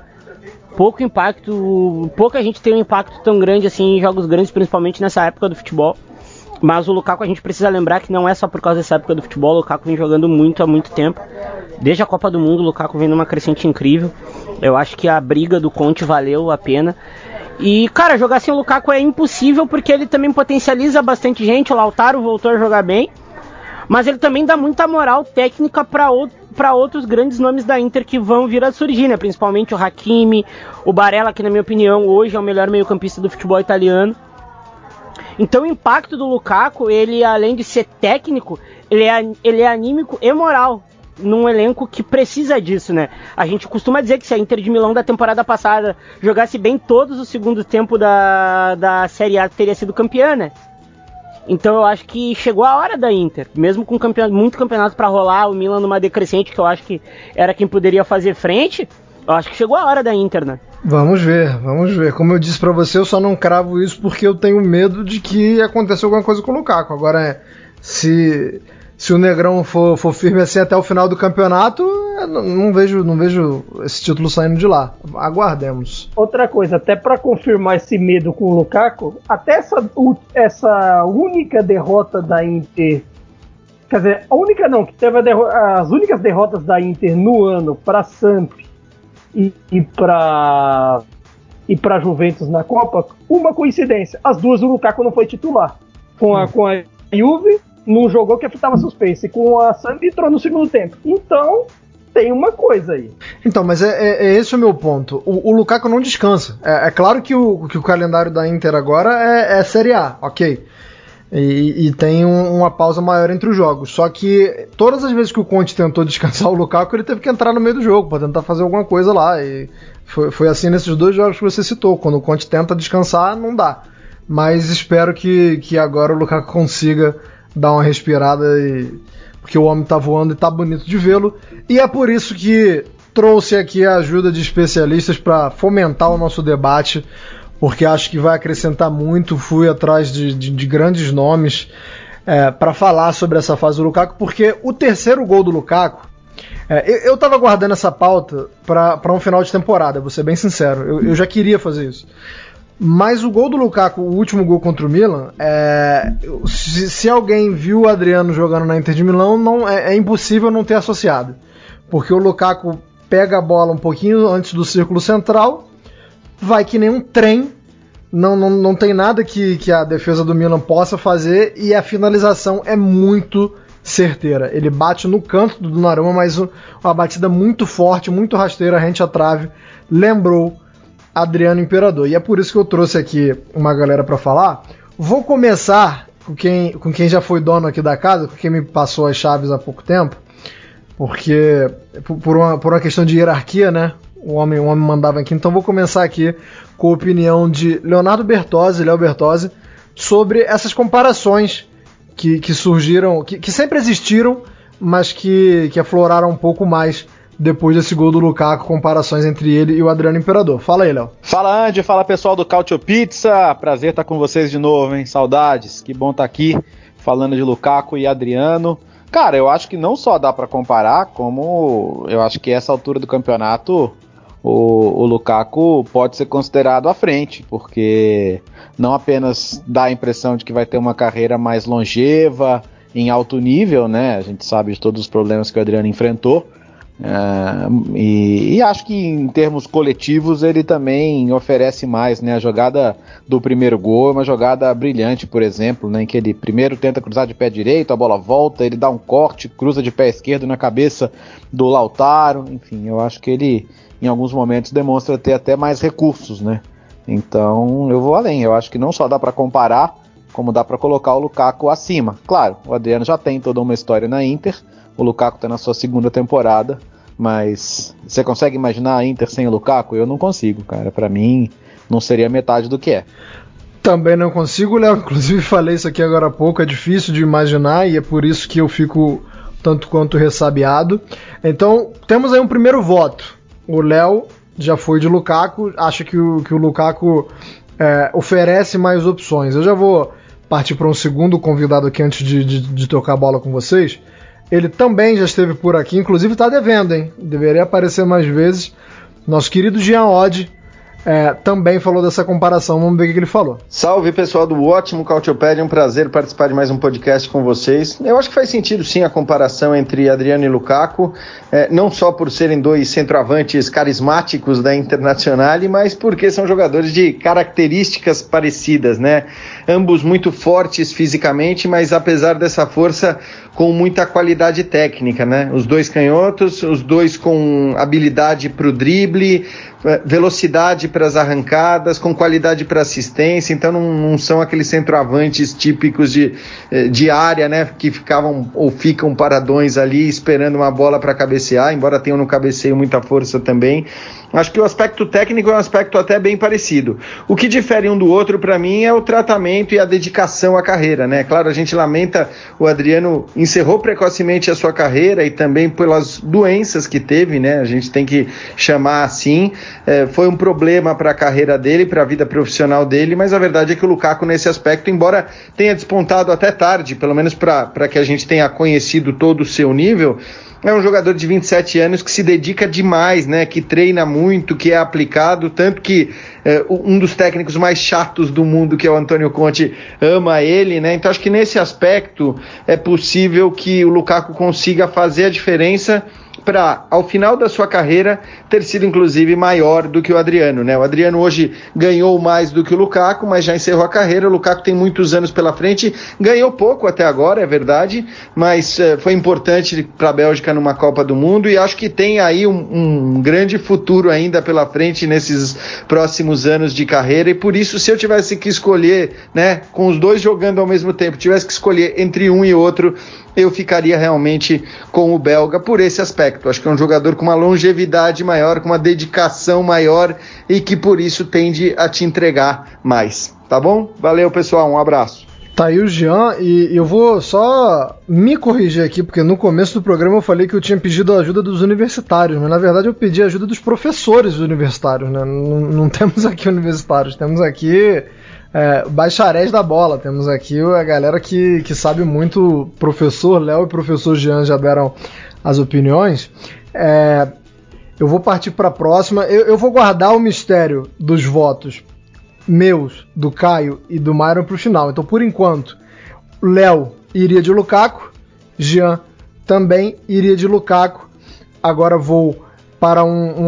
Pouca gente tem um impacto tão grande assim em jogos grandes, principalmente nessa época do futebol. Mas o Lukaku, a gente precisa lembrar que não é só por causa dessa época do futebol. O Lukaku vem jogando muito há muito tempo. Desde a Copa do Mundo, o Lukaku vem numa crescente incrível. Eu acho que a briga do Conte valeu a pena. E, cara, jogar sem o Lukaku é impossível, porque ele também potencializa bastante gente. O Lautaro voltou a jogar bem, mas ele também dá muita moral técnica para outros grandes nomes da Inter que vão vir a surgir, né? Principalmente o Hakimi, o Barella, que na minha opinião hoje é o melhor meio-campista do futebol italiano. Então o impacto do Lukaku, ele além de ser técnico, ele é anímico e moral, num elenco que precisa disso, né? A gente costuma dizer que se a Inter de Milão da temporada passada jogasse bem todos os segundos tempo da Série A, teria sido campeã, né? Então eu acho que chegou a hora da Inter, mesmo com muito campeonato para rolar, o Milan numa decrescente, que eu acho que era quem poderia fazer frente, eu acho que chegou a hora da Inter, né? Vamos ver. Como eu disse pra você, eu só não cravo isso porque eu tenho medo de que aconteça alguma coisa com o Lukaku. Agora, se o Negrão for firme assim até o final do campeonato, não vejo esse título saindo de lá. Aguardemos. Outra coisa, até pra confirmar esse medo com o Lukaku, até essa única derrota da Inter, quer dizer, a única não, que teve as únicas derrotas da Inter no ano pra Samp e para Juventus na Copa, uma coincidência, as duas o Lukaku não foi titular. Com a Juve não jogou que estava suspenso, e com a Samp entrou no segundo tempo. Então tem uma coisa aí. Então, mas é esse o meu ponto. O Lukaku não descansa. É claro que o calendário da Inter agora é Série A, ok. E tem uma pausa maior entre os jogos. Só que todas as vezes que o Conte tentou descansar o Lukaku, ele teve que entrar no meio do jogo para tentar fazer alguma coisa lá. E foi assim nesses dois jogos que você citou. Quando o Conte tenta descansar, não dá. Mas espero que agora o Lukaku consiga dar uma respirada, porque o homem tá voando e tá bonito de vê-lo. E é por isso que trouxe aqui a ajuda de especialistas para fomentar o nosso debate, porque acho que vai acrescentar muito. Fui atrás de grandes nomes para falar sobre essa fase do Lukaku, porque o terceiro gol do Lukaku, eu tava guardando essa pauta para um final de temporada, vou ser bem sincero, eu já queria fazer isso. Mas o gol do Lukaku, o último gol contra o Milan, se alguém viu o Adriano jogando na Inter de Milão, é impossível não ter associado, porque o Lukaku pega a bola um pouquinho antes do círculo central, vai que nem um trem, não tem nada que a defesa do Milan possa fazer, e a finalização é muito certeira. Ele bate no canto do Donnarumma, mas uma batida muito forte, muito rasteira, rente à trave, lembrou Adriano Imperador. E é por isso que eu trouxe aqui uma galera para falar. Vou começar com quem já foi dono aqui da casa, com quem me passou as chaves há pouco tempo, porque por uma questão de hierarquia, né? O homem mandava aqui. Então vou começar aqui com a opinião de Léo Bertozzi, sobre essas comparações que surgiram, que sempre existiram, mas que afloraram um pouco mais depois desse gol do Lukaku, comparações entre ele e o Adriano Imperador. Fala aí, Léo. Fala, Andy, fala pessoal do Cautio Pizza, prazer estar com vocês de novo, hein? Saudades, que bom estar aqui falando de Lukaku e Adriano. Cara, eu acho que não só dá para comparar, como eu acho que essa altura do campeonato o Lukaku pode ser considerado à frente, porque não apenas dá a impressão de que vai ter uma carreira mais longeva, em alto nível, né? A gente sabe de todos os problemas que o Adriano enfrentou, e acho que em termos coletivos ele também oferece mais, né? A jogada do primeiro gol é uma jogada brilhante, por exemplo, né? Em que ele primeiro tenta cruzar de pé direito, a bola volta, ele dá um corte, cruza de pé esquerdo na cabeça do Lautaro. Enfim, eu acho que ele em alguns momentos demonstra ter até mais recursos, né? Então eu vou além, eu acho que não só dá para comparar, como dá para colocar o Lukaku acima. Claro, o Adriano já tem toda uma história na Inter, o Lukaku está na sua segunda temporada, mas você consegue imaginar a Inter sem o Lukaku? Eu não consigo, cara. Para mim não seria metade do que é. Também não consigo, Léo. Inclusive falei isso aqui agora há pouco, é difícil de imaginar, e é por isso que eu fico tanto quanto ressabiado. Então, temos aí um primeiro voto. O Léo já foi de Lukaku, acha que o Lukaku oferece mais opções. Eu já vou partir para um segundo convidado aqui antes de tocar a bola com vocês. Ele também já esteve por aqui, inclusive está devendo, hein? Deveria aparecer mais vezes. Nosso querido Jean Oddi também falou dessa comparação. Vamos ver o que ele falou. Salve, pessoal do ótimo Cautiopédia, é um prazer participar de mais um podcast com vocês. Eu acho que faz sentido sim a comparação entre Adriano e Lukaku, não só por serem dois centroavantes carismáticos da Internazionale, mas porque são jogadores de características parecidas, né? Ambos muito fortes fisicamente, mas apesar dessa força, com muita qualidade técnica, né? Os dois canhotos, os dois com habilidade para o drible, velocidade para as arrancadas, com qualidade para assistência. Então não são aqueles centroavantes típicos de área, né? Que ficavam ou ficam paradões ali esperando uma bola para cabecear, embora tenham no cabeceio muita força também. Acho que o aspecto técnico é um aspecto até bem parecido. O que difere um do outro, para mim, é o tratamento e a dedicação à carreira, né? Claro, a gente lamenta, o Adriano encerrou precocemente a sua carreira e também pelas doenças que teve, né? A gente tem que chamar assim. Foi um problema para a carreira dele, para a vida profissional dele, mas a verdade é que o Lukaku, nesse aspecto, embora tenha despontado até tarde, pelo menos para que a gente tenha conhecido todo o seu nível, é um jogador de 27 anos que se dedica demais, né? Que treina muito, que é aplicado, tanto que um dos técnicos mais chatos do mundo, que é o Antônio Conte, ama ele, né? Então acho que nesse aspecto é possível que o Lukaku consiga fazer a diferença para, ao final da sua carreira, ter sido inclusive maior do que o Adriano, né? O Adriano hoje ganhou mais do que o Lukaku, mas já encerrou a carreira. O Lukaku tem muitos anos pela frente, ganhou pouco até agora, é verdade, mas foi importante para a Bélgica numa Copa do Mundo e acho que tem aí um grande futuro ainda pela frente nesses próximos anos de carreira. E por isso, se eu tivesse que escolher, né, com os dois jogando ao mesmo tempo, tivesse que escolher entre um e outro, eu ficaria realmente com o belga por esse aspecto. Acho que é um jogador com uma longevidade maior, com uma dedicação maior e que por isso tende a te entregar mais. Tá bom? Valeu, pessoal. Um abraço. Tá aí o Jean, e eu vou só me corrigir aqui, porque no começo do programa eu falei que eu tinha pedido a ajuda dos universitários, mas na verdade eu pedi a ajuda dos professores universitários, né? Não temos aqui universitários, temos aqui bacharéis da bola, temos aqui a galera que sabe muito. Professor Léo e professor Jean já deram as opiniões. Eu vou partir para a próxima. Eu vou guardar o mistério dos votos meus, do Caio e do Myron para o final. Então, por enquanto, Léo iria de Lukaku, Jean também iria de Lukaku. Agora vou para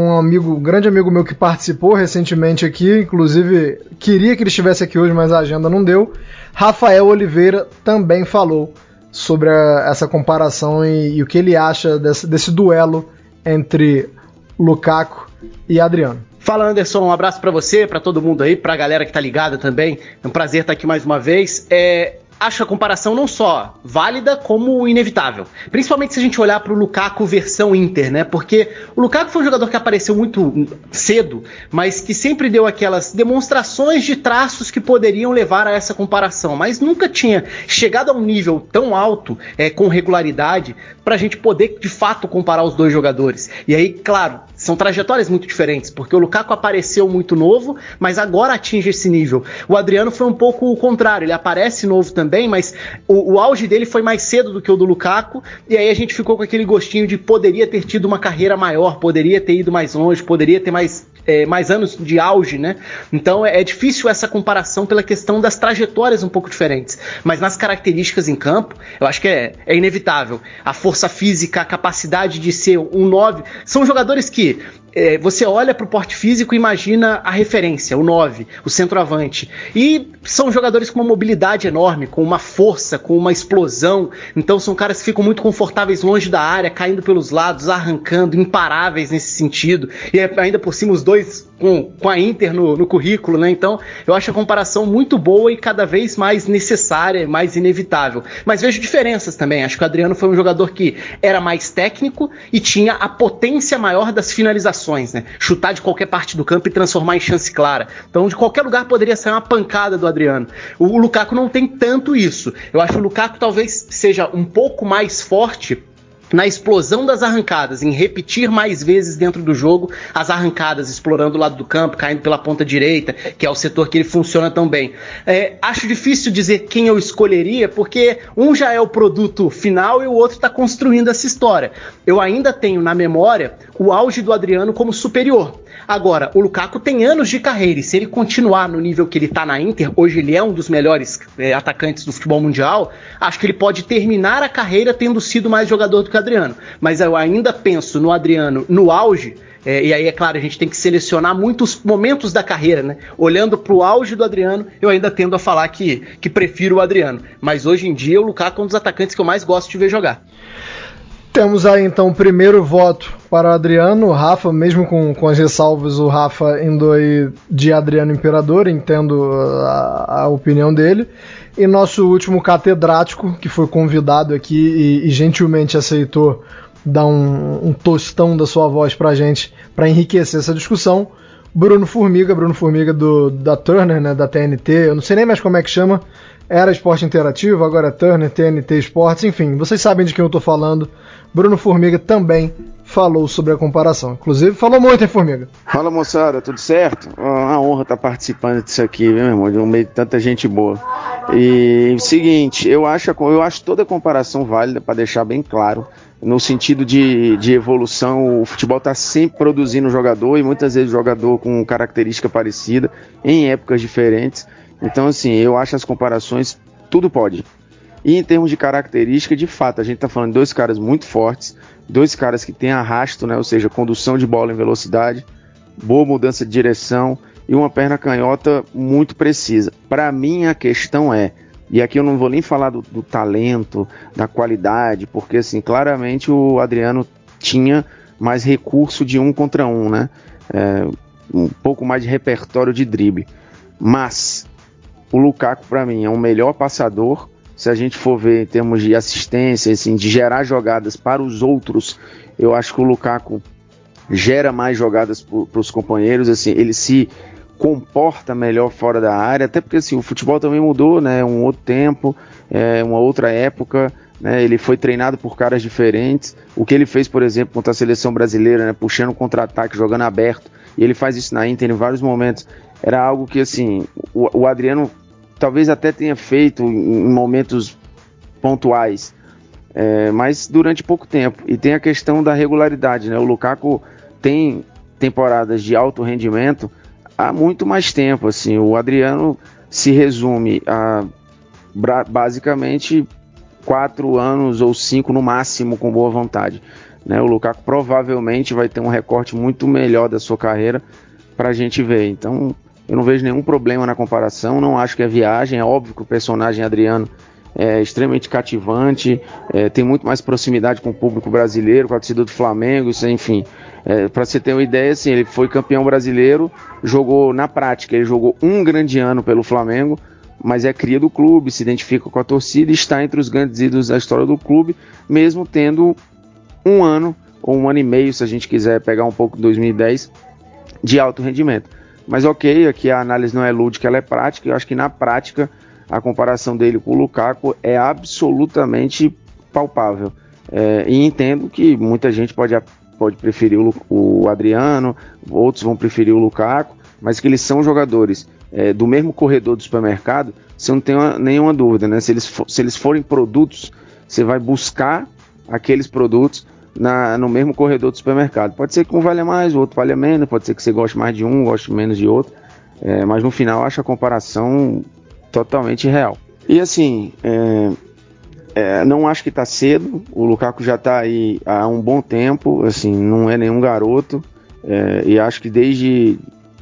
um grande amigo meu que participou recentemente aqui, inclusive queria que ele estivesse aqui hoje, mas a agenda não deu. Rafael Oliveira também falou sobre essa comparação e o que ele acha desse duelo entre Lukaku e Adriano. Fala, Anderson, um abraço pra você, pra todo mundo aí, pra galera que tá ligada também. É um prazer estar aqui mais uma vez. Acho a comparação não só válida, como inevitável. Principalmente se a gente olhar para o Lukaku versão Inter, né? Porque o Lukaku foi um jogador que apareceu muito cedo, mas que sempre deu aquelas demonstrações de traços que poderiam levar a essa comparação, mas nunca tinha chegado a um nível tão alto, com regularidade, para a gente poder, de fato, comparar os dois jogadores. E aí, claro, são trajetórias muito diferentes, porque o Lukaku apareceu muito novo, mas agora atinge esse nível. O Adriano foi um pouco o contrário, ele aparece novo também, mas o auge dele foi mais cedo do que o do Lukaku, e aí a gente ficou com aquele gostinho de poderia ter tido uma carreira maior, poderia ter ido mais longe, poderia ter mais anos de auge, né? Então é difícil essa comparação pela questão das trajetórias um pouco diferentes, mas nas características em campo, eu acho que é inevitável. A força física, a capacidade de ser um 9, são jogadores que você olha para o porte físico e imagina a referência, o 9, o centroavante. E são jogadores com uma mobilidade enorme, com uma força, com uma explosão. Então são caras que ficam muito confortáveis longe da área, caindo pelos lados, arrancando, imparáveis nesse sentido. E ainda por cima os dois com a Inter no currículo, né? Então eu acho a comparação muito boa e cada vez mais necessária, mais inevitável. Mas vejo diferenças também. Acho que o Adriano foi um jogador que era mais técnico e tinha a potência maior das finalizações, né? Chutar de qualquer parte do campo e transformar em chance clara. Então de qualquer lugar poderia sair uma pancada do Adriano. O Lukaku não tem tanto isso. Eu acho que o Lukaku talvez seja um pouco mais forte na explosão das arrancadas, em repetir mais vezes dentro do jogo as arrancadas, explorando o lado do campo, caindo pela ponta direita, que é o setor que ele funciona tão bem. Acho difícil dizer quem eu escolheria, porque um já é o produto final e o outro está construindo essa história. Eu ainda tenho na memória o auge do Adriano como superior. Agora, o Lukaku tem anos de carreira e se ele continuar no nível que ele está na Inter, hoje ele é um dos melhores atacantes do futebol mundial, acho que ele pode terminar a carreira tendo sido mais jogador do que o Adriano. Mas eu ainda penso no Adriano no auge, e aí é claro, a gente tem que selecionar muitos momentos da carreira, né? Olhando para o auge do Adriano, eu ainda tendo a falar que prefiro o Adriano. Mas hoje em dia o Lukaku é um dos atacantes que eu mais gosto de ver jogar. Temos aí então o primeiro voto para o Adriano. O Rafa, mesmo com as ressalvas, o Rafa indo aí de Adriano Imperador, entendo a opinião dele. E nosso último catedrático, que foi convidado aqui e gentilmente aceitou dar um tostão da sua voz pra gente, para enriquecer essa discussão, Bruno Formiga da Turner, né, da TNT, eu não sei nem mais como é que chama, era Esporte Interativo, agora é Turner, TNT Esportes, enfim, vocês sabem de quem eu tô falando. Bruno Formiga também falou sobre a comparação. Inclusive, falou muito, hein, Formiga? Fala, moçada, tudo certo? Uma honra estar participando disso aqui, viu, meu irmão? De um meio de tanta gente boa. E seguinte, eu acho toda a comparação válida, para deixar bem claro, no sentido de evolução. O futebol está sempre produzindo jogador, e muitas vezes jogador com característica parecida, em épocas diferentes. Então, assim, eu acho as comparações, tudo pode. E em termos de característica, de fato, a gente está falando de dois caras muito fortes, dois caras que têm arrasto, né, ou seja, condução de bola em velocidade, boa mudança de direção e uma perna canhota muito precisa. Para mim, a questão é, e aqui eu não vou nem falar do talento, da qualidade, porque assim, claramente o Adriano tinha mais recurso de 1 contra 1, né? Um pouco mais de repertório de drible. Mas o Lukaku, para mim, é um melhor passador. Se a gente for ver em termos de assistência, assim, de gerar jogadas para os outros, eu acho que o Lukaku gera mais jogadas para os companheiros, assim, ele se comporta melhor fora da área, até porque assim, o futebol também mudou, né, um outro tempo, uma outra época, né, ele foi treinado por caras diferentes. O que ele fez, por exemplo, contra a seleção brasileira, né, puxando contra-ataque, jogando aberto, e ele faz isso na Inter em vários momentos, era algo que assim, o Adriano talvez até tenha feito em momentos pontuais, mas durante pouco tempo. E tem a questão da regularidade, né? O Lukaku tem temporadas de alto rendimento há muito mais tempo. Assim, o Adriano se resume a basicamente 4 anos ou 5 no máximo com boa vontade, né? O Lukaku provavelmente vai ter um recorte muito melhor da sua carreira para a gente ver. Então eu não vejo nenhum problema na comparação, não acho que é viagem. É óbvio que o personagem Adriano é extremamente cativante, tem muito mais proximidade com o público brasileiro, com a torcida do Flamengo, isso, enfim. Para você ter uma ideia, assim, ele foi campeão brasileiro, jogou na prática, ele jogou um grande ano pelo Flamengo, mas é cria do clube, se identifica com a torcida e está entre os grandes ídolos da história do clube, mesmo tendo um ano ou um ano e meio, se a gente quiser pegar um pouco de 2010, de alto rendimento. Mas ok, aqui a análise não é lúdica, ela é prática. Eu acho que na prática a comparação dele com o Lukaku é absolutamente palpável. E entendo que muita gente pode preferir o Adriano, outros vão preferir o Lukaku, mas que eles são jogadores do mesmo corredor do supermercado, você não tem nenhuma dúvida, né? Se eles forem produtos, você vai buscar aqueles produtos no mesmo corredor do supermercado. Pode ser que um valha mais, o outro valha menos, pode ser que você goste mais de um, goste menos de outro, mas no final eu acho a comparação totalmente real. E assim, não acho que está cedo, o Lukaku já está aí há um bom tempo, assim, não é nenhum garoto, e acho que desde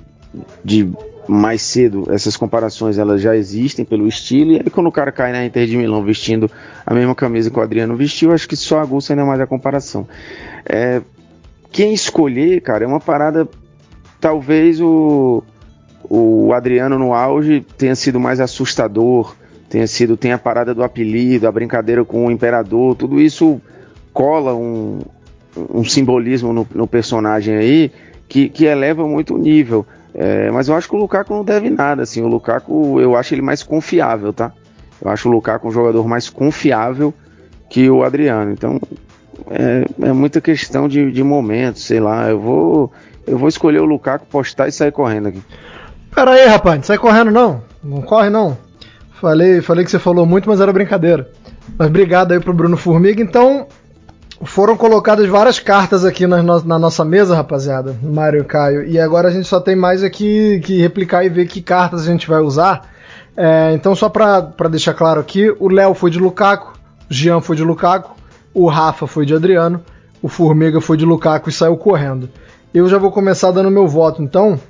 mais cedo essas comparações elas já existem pelo estilo, e aí quando o cara cai na Inter de Milão vestindo a mesma camisa que o Adriano vestiu, acho que só aguça ainda mais a comparação. Quem escolher, cara, é uma parada, talvez o Adriano no auge tenha sido mais assustador, tem a parada do apelido, a brincadeira com o imperador, tudo isso cola um simbolismo no personagem aí que eleva muito o nível. Mas eu acho que o Lukaku não deve nada, assim. O Lukaku, eu acho ele mais confiável, tá? Eu acho o Lukaku um jogador mais confiável que o Adriano. Então, é muita questão de momento, sei lá. Eu vou escolher o Lukaku, postar e sair correndo aqui. Pera aí, rapaz, não sai correndo não. Não corre não. Falei que você falou muito, mas era brincadeira. Mas obrigado aí pro Bruno Formiga. Então, foram colocadas várias cartas aqui na nossa mesa, rapaziada, Mário e Caio. E agora a gente só tem mais aqui que replicar e ver que cartas a gente vai usar. Então, só pra deixar claro aqui, o Léo foi de Lukaku, o Jean foi de Lukaku, o Rafa foi de Adriano, o Formiga foi de Lukaku e saiu correndo. Eu já vou começar dando meu voto, então,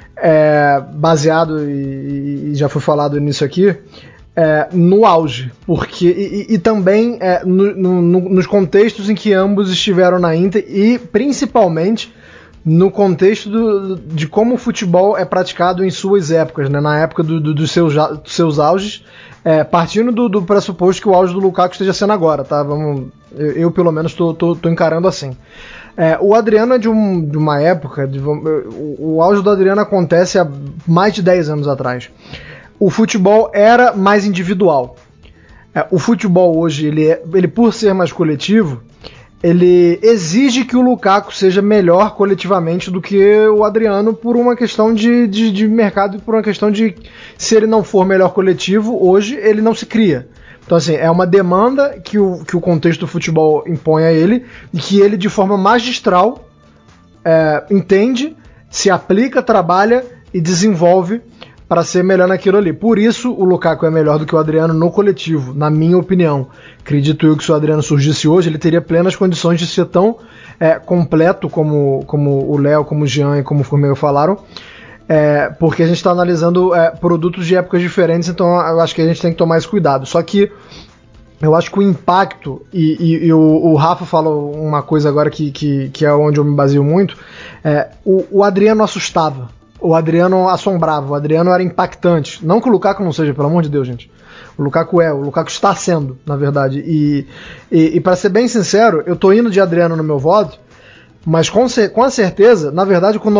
baseado, e já foi falado nisso aqui, no auge, porque e também nos contextos em que ambos estiveram na Inter e principalmente no contexto de como o futebol é praticado em suas épocas, né? Na época dos seus auges, partindo do pressuposto que o auge do Lukaku esteja sendo agora, tá? Eu pelo menos tô encarando assim. O Adriano é de uma época, o auge do Adriano acontece há mais de 10 anos atrás. O futebol era mais individual. O futebol hoje, ele por ser mais coletivo, ele exige que o Lukaku seja melhor coletivamente do que o Adriano por uma questão de mercado e por uma questão de, se ele não for melhor coletivo, hoje ele não se cria. Então, assim, é uma demanda que o contexto do futebol impõe a ele e que ele, de forma magistral, entende, se aplica, trabalha e desenvolve para ser melhor naquilo ali. Por isso, o Lukaku é melhor do que o Adriano no coletivo, na minha opinião. Acredito eu que se o Adriano surgisse hoje, ele teria plenas condições de ser tão completo como o Léo, como o Jean e como o Formiga falaram, porque a gente está analisando produtos de épocas diferentes, então eu acho que a gente tem que tomar esse cuidado. Só que eu acho que o impacto, e o Rafa falou uma coisa agora que é onde eu me baseio muito, o Adriano assustava. O Adriano assombrava, o Adriano era impactante. Não que o Lukaku não seja, pelo amor de Deus, gente. O Lukaku está sendo, na verdade. E para ser bem sincero, eu tô indo de Adriano no meu voto, mas com certeza, na verdade com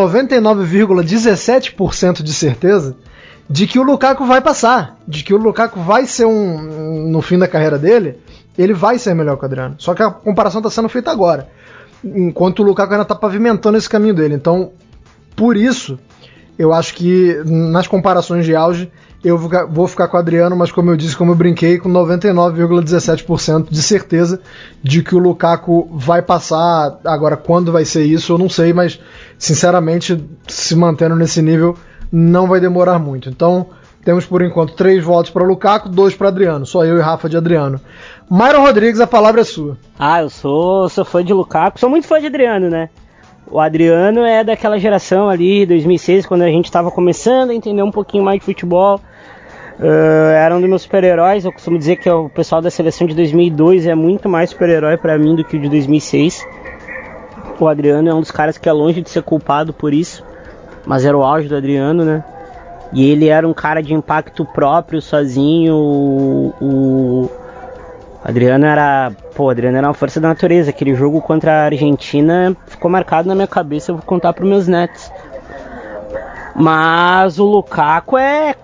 99,17% de certeza, de que o Lukaku vai passar. De que o Lukaku vai ser no fim da carreira dele, ele vai ser melhor que o Adriano. Só que a comparação está sendo feita agora. Enquanto o Lukaku ainda está pavimentando esse caminho dele. Então, por isso, eu acho que nas comparações de auge eu vou ficar com o Adriano, mas como eu disse, como eu brinquei, com 99,17% de certeza de que o Lukaku vai passar. Agora, quando vai ser isso, eu não sei, mas sinceramente, se mantendo nesse nível, não vai demorar muito. Então, temos por enquanto 3 votos para o Lukaku, 2 para Adriano, só eu e Rafa de Adriano. Myron Rodrigues, a palavra é sua. Eu sou fã de Lukaku, sou muito fã de Adriano, né? O Adriano é daquela geração ali, 2006, quando a gente estava começando a entender um pouquinho mais de futebol. Era um dos meus super-heróis. Eu costumo dizer que o pessoal da seleção de 2002 é muito mais super-herói para mim do que o de 2006. O Adriano é um dos caras que é longe de ser culpado por isso, mas era o auge do Adriano, né? E ele era um cara de impacto próprio, sozinho. O Adriano era uma força da natureza. Aquele jogo contra a Argentina ficou marcado na minha cabeça, eu vou contar pros meus netos. Mas o Lukaku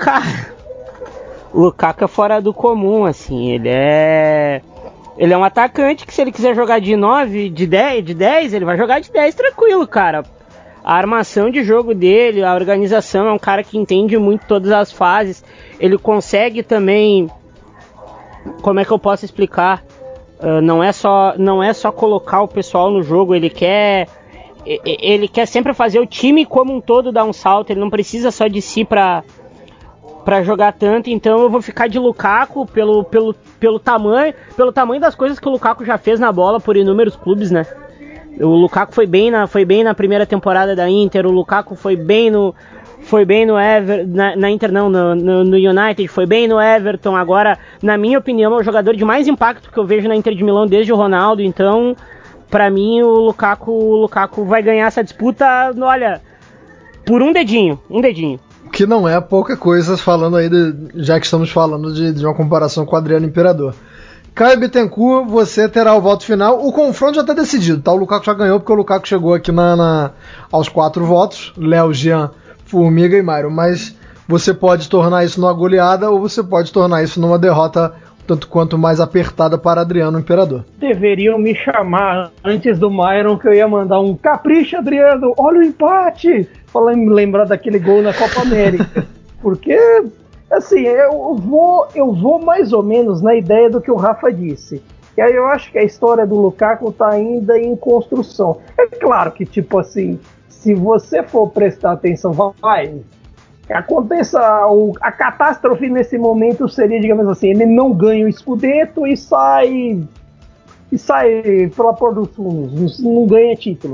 o Lukaku é fora do comum, assim. Ele é um atacante que, se ele quiser jogar de 9, de 10, ele vai jogar de 10 tranquilo, cara. A armação de jogo dele, a organização, é um cara que entende muito todas as fases. Ele consegue também, como é que eu posso explicar? Não é só colocar o pessoal no jogo, ele quer sempre fazer o time como um todo dar um salto. Ele não precisa só de si pra jogar tanto. Então eu vou ficar de Lukaku pelo tamanho das coisas que o Lukaku já fez na bola por inúmeros clubes, né? O Lukaku foi bem na primeira temporada da Inter, o Lukaku foi bem no Everton, na Inter não, no United, foi bem no Everton. Agora, na minha opinião, é o jogador de mais impacto que eu vejo na Inter de Milão desde o Ronaldo. Então, pra mim, o Lukaku vai ganhar essa disputa, olha, por um dedinho. Que não é pouca coisa, falando aí, já que estamos falando de uma comparação com o Adriano Imperador. Caio Bittencourt, você terá o voto final. O confronto já está decidido, tá? O Lukaku já ganhou, porque o Lukaku chegou aqui aos 4 votos. Léo, Jean, Formiga e Mário. Mas você pode tornar isso numa goleada ou você pode tornar isso numa derrota tanto quanto mais apertada para Adriano Imperador. Deveriam me chamar antes do Myron, que eu ia mandar um capricho, Adriano, olha o empate! Pra lembrar daquele gol na Copa América. Porque, assim, eu vou mais ou menos na ideia do que o Rafa disse. E aí eu acho que a história do Lukaku tá ainda em construção. É claro que, tipo assim, se você for prestar atenção, vai, aconteça a catástrofe nesse momento seria, digamos assim, ele não ganha o Scudetto e sai pela porta dos fundos, não ganha título.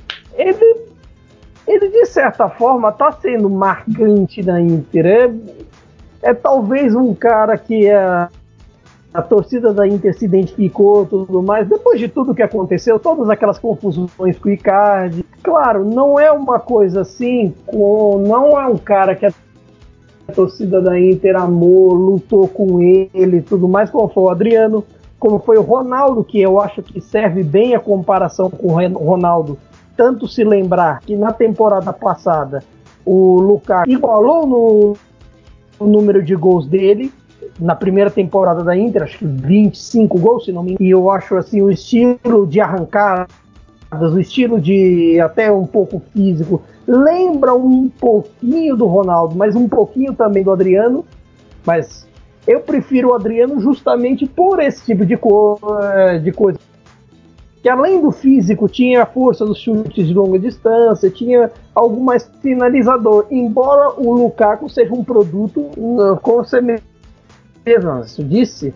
Ele de certa forma tá sendo marcante na Inter. É talvez um cara que a torcida da Inter se identificou, tudo mais, depois de tudo que aconteceu, todas aquelas confusões com o Icardi. Claro, não é uma coisa assim, não é um cara que a torcida da Inter amou, lutou com ele, tudo mais, como foi o Adriano, como foi o Ronaldo, que eu acho que serve bem a comparação com o Ronaldo. Tanto se lembrar que na temporada passada o Lukaku igualou no número de gols dele, na primeira temporada da Inter, acho que 25 gols, se não me engano. E eu acho assim, o estilo de arrancadas, o estilo de até um pouco físico, lembra um pouquinho do Ronaldo, mas um pouquinho também do Adriano. Mas eu prefiro o Adriano justamente por esse tipo de coisa. Que além do físico, tinha a força dos chutes de longa distância, tinha algo mais finalizador. Embora o Lukaku seja um produto, como você mesmo disse,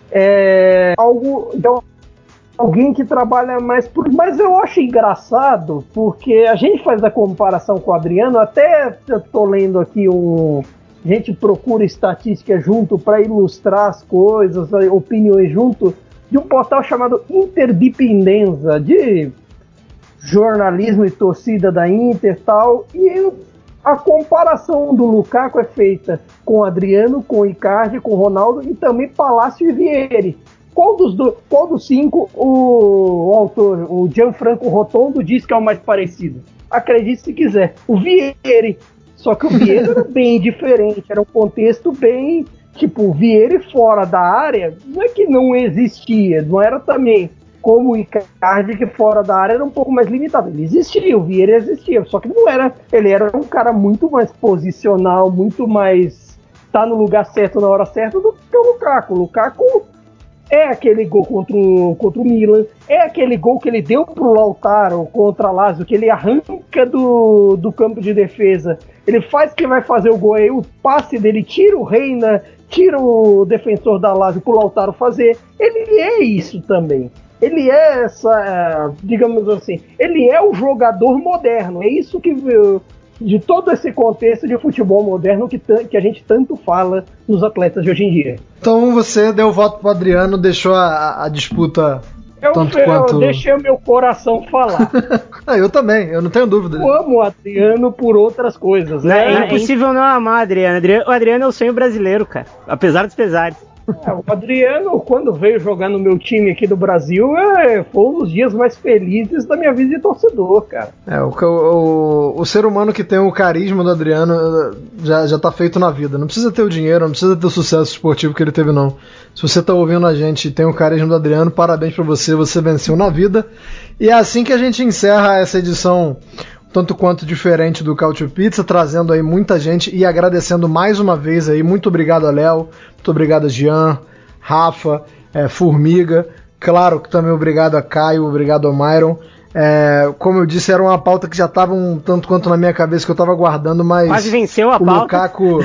alguém que trabalha mais por... Mas eu acho engraçado, porque a gente faz a comparação com o Adriano, até eu tô lendo aqui a gente procura estatística junto para ilustrar as coisas, opiniões junto, de um portal chamado Interdependenza, de jornalismo e torcida da Inter e tal, e a comparação do Lukaku é feita com o Adriano, com o Icardi, com o Ronaldo e também Palácio e Vieri. Qual dos cinco o autor, o Gianfranco Rotondo, diz que é o mais parecido? Acredite se quiser. O Vieri. Só que o Vieri era bem diferente, era um contexto bem... Tipo, o Vieri fora da área, não é que não existia, não era também como o Icardi, que fora da área era um pouco mais limitado. Ele existia, o Vieri existia, só que não era... Ele era um cara muito mais posicional, muito mais... Tá no lugar certo na hora certa do que o Lukaku. O Lukaku é aquele gol contra o Milan, é aquele gol que ele deu pro Lautaro contra a Lazio, que ele arranca do campo de defesa, ele faz que vai fazer o gol, aí o passe dele tira o Reina, tira o defensor da Lazio pro Lautaro fazer. Ele é isso também. Ele é essa, digamos assim, ele é o jogador moderno. É isso que, de todo esse contexto de futebol moderno que a gente tanto fala nos atletas de hoje em dia. Então você deu o voto pro Adriano, deixou a disputa eu deixei o meu coração falar. Eu também, eu não tenho dúvida. Eu amo o Adriano por outras coisas, né? É impossível não amar o Adriano. O Adriano é o sonho brasileiro, cara. Apesar dos pesares. O Adriano, quando veio jogar no meu time aqui do Brasil, foi um dos dias mais felizes da minha vida de torcedor, cara. O ser humano que tem o carisma do Adriano já tá feito na vida. Não precisa ter o dinheiro, não precisa ter o sucesso esportivo que ele teve, não. Se você tá ouvindo a gente e tem o carisma do Adriano, parabéns pra você, você venceu na vida. E é assim que a gente encerra essa edição tanto quanto diferente do Cautio Pizza, trazendo aí muita gente e agradecendo mais uma vez aí. Muito obrigado a Léo, muito obrigado a Jean, Rafa, Formiga, claro que também obrigado a Caio, obrigado ao Myron. Como eu disse, era uma pauta que já estava um tanto quanto na minha cabeça, que eu estava aguardando, mas quase venceu a pauta. Lukaku...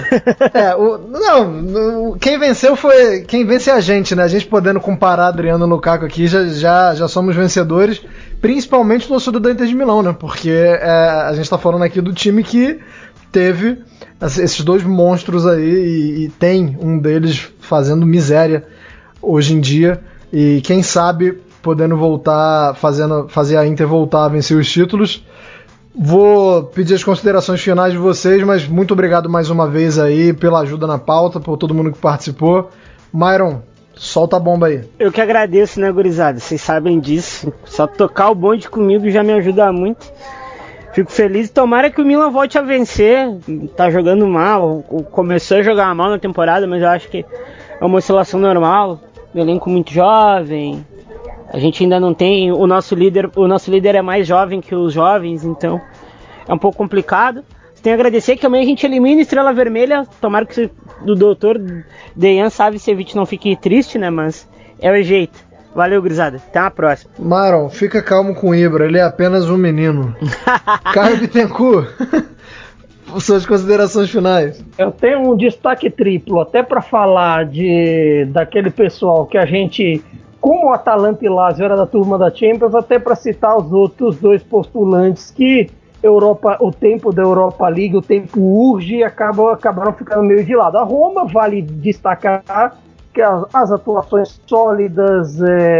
quem venceu foi... Quem vence é a gente, né? A gente podendo comparar Adriano e Lukaku aqui, já somos vencedores, principalmente o torcedor da Inter de Milão, né? Porque a gente está falando aqui do time que teve esses dois monstros aí e tem um deles fazendo miséria hoje em dia, e quem sabe podendo voltar, fazer a Inter voltar a vencer os títulos. Vou pedir as considerações finais de vocês, mas muito obrigado mais uma vez aí pela ajuda na pauta, por todo mundo que participou. Myron, solta a bomba aí. Eu que agradeço, né, gurizada? Vocês sabem disso. Só tocar o bonde comigo já me ajuda muito. Fico feliz. Tomara que o Milan volte a vencer. Tá jogando mal, começou a jogar mal na temporada, mas eu acho que é uma oscilação normal, elenco muito jovem, a gente ainda não tem, o nosso líder é mais jovem que os jovens, então é um pouco complicado. Tem que agradecer que amanhã a gente elimina Estrela Vermelha, tomara que o doutor Dejan Savicevic não fique triste, né, mas é o jeito. Valeu, gurizada, até a próxima. Maron, fica calmo com o Ibra, ele é apenas um menino. Caio Bittencourt, suas considerações finais. Eu tenho um destaque triplo, até para falar daquele pessoal que a gente, como o Atalanta e Lazio era da turma da Champions, até para citar os outros dois postulantes que o tempo da Europa League, o tempo urge e acabaram ficando meio de lado. A Roma, vale destacar que as atuações sólidas,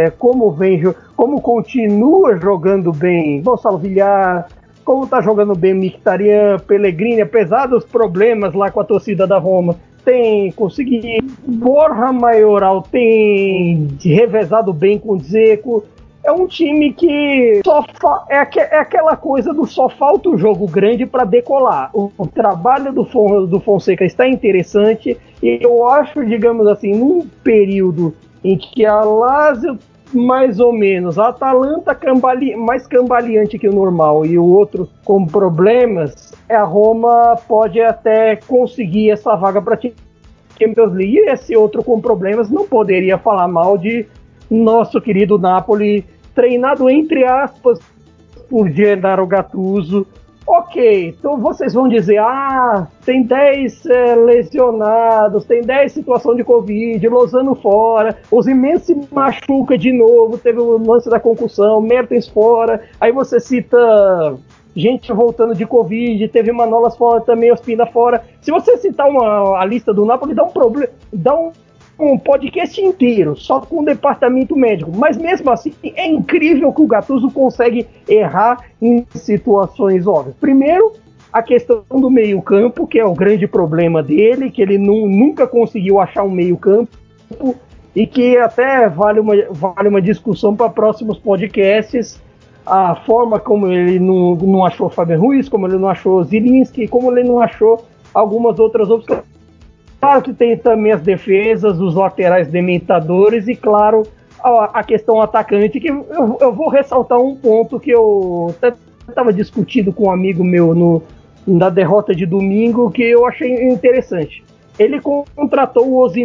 como continua jogando bem Gonçalo Villar, como está jogando bem Mkhitaryan, Pellegrini, apesar dos problemas lá com a torcida da Roma, tem conseguido. Borja Maioral tem revezado bem com o Dzeko. É um time que é aquela coisa do só falta o jogo grande para decolar. O trabalho do Fonseca está interessante e eu acho, digamos assim, num período em que a Lazio mais ou menos, a Atalanta mais cambaleante que o normal e o outro com problemas, a Roma pode até conseguir essa vaga para Champions League. E esse outro com problemas não poderia falar mal de nosso querido Napoli, treinado entre aspas por Gennaro Gattuso. Ok, então vocês vão dizer, tem 10 lesionados, tem 10 situações de Covid, Lozano fora, Osimhen se machuca de novo, teve o lance da concussão, Mertens fora, aí você cita gente voltando de Covid, teve Manolas fora também, Ospina fora. Se você citar a lista do Napoli, dá um podcast inteiro, só com o departamento médico. Mas mesmo assim, é incrível que o Gattuso consegue errar em situações óbvias. Primeiro, a questão do meio-campo, que é o grande problema dele, que ele nunca conseguiu achar um meio-campo, e que até vale uma discussão para próximos podcasts. A forma como ele não achou Fabian Ruiz, como ele não achou Zielinski, como ele não achou algumas outras opções. Claro que tem também as defesas, os laterais dementadores e, claro, a questão atacante, que eu vou ressaltar um ponto que eu até estava discutindo com um amigo meu na derrota de domingo, que eu achei interessante. Ele contratou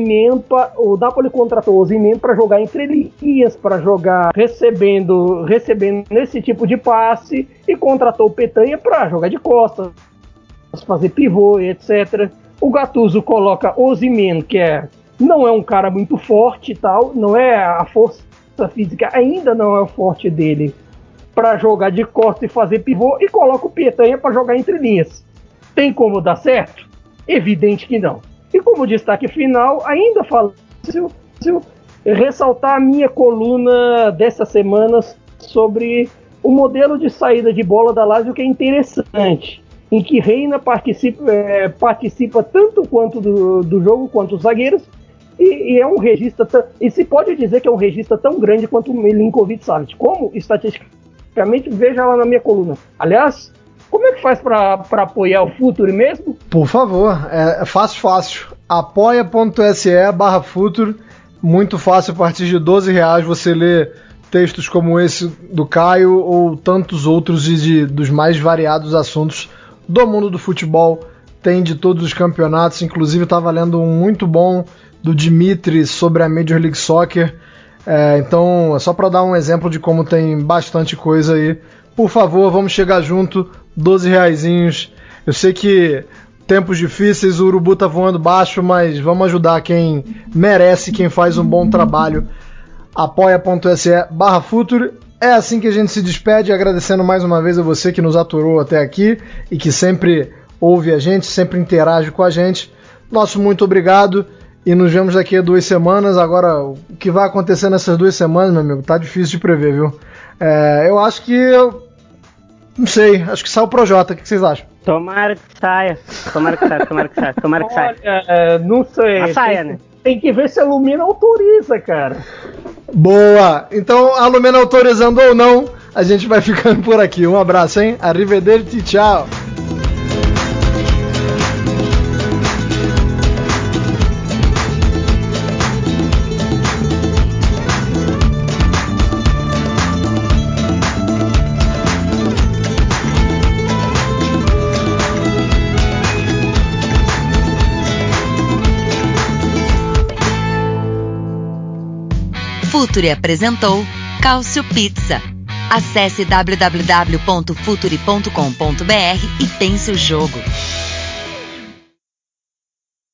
o Napoli contratou o Osimhen para jogar entre linhas, para jogar recebendo esse tipo de passe, e contratou o Petanha para jogar de costas, fazer pivô, etc. O Gattuso coloca Osimhen, que não é um cara muito forte e tal, não é a força física, ainda não é o forte dele, para jogar de costas e fazer pivô, e coloca o Petanha para jogar entre linhas. Tem como dar certo? Evidente que não. E como destaque final, ainda falo, ressaltar a minha coluna dessa semana sobre o modelo de saída de bola da Lazio, que é interessante, em que Reina participa tanto quanto do jogo quanto os zagueiros, e é um regista, e se pode dizer que é um regista tão grande quanto o Milinkovic-Savic. Como, estatisticamente, veja lá na minha coluna. Aliás, como é que faz para apoiar o Futuri mesmo? Por favor, é fácil. apoia.se/Futuri, muito fácil, a partir de R$12 você lê textos como esse do Caio ou tantos outros dos mais variados assuntos do mundo do futebol. Tem de todos os campeonatos, inclusive estava lendo um muito bom do Dimitri sobre a Major League Soccer. Então, é só para dar um exemplo de como tem bastante coisa aí. Por favor, vamos chegar junto, R$12. Eu sei que tempos difíceis, o urubu tá voando baixo, mas vamos ajudar quem merece, quem faz um bom trabalho. apoia.se/Futuri. É assim que a gente se despede, agradecendo mais uma vez a você que nos aturou até aqui e que sempre ouve a gente, sempre interage com a gente. Nosso muito obrigado e nos vemos daqui a 2 semanas. Agora, o que vai acontecer nessas 2 semanas, meu amigo, tá difícil de prever, viu? Eu acho que... Não sei, acho que sai o Projota, o que vocês acham? Tomara que saia. Olha, não sei. A saia, né? Tem que ver se a Lumina autoriza, cara. Boa! Então, a Lumina autorizando ou não, a gente vai ficando por aqui. Um abraço, hein? Arrivederci, tchau! Futuri apresentou Cálcio Pizza. Acesse www.futuri.com.br e pense o jogo.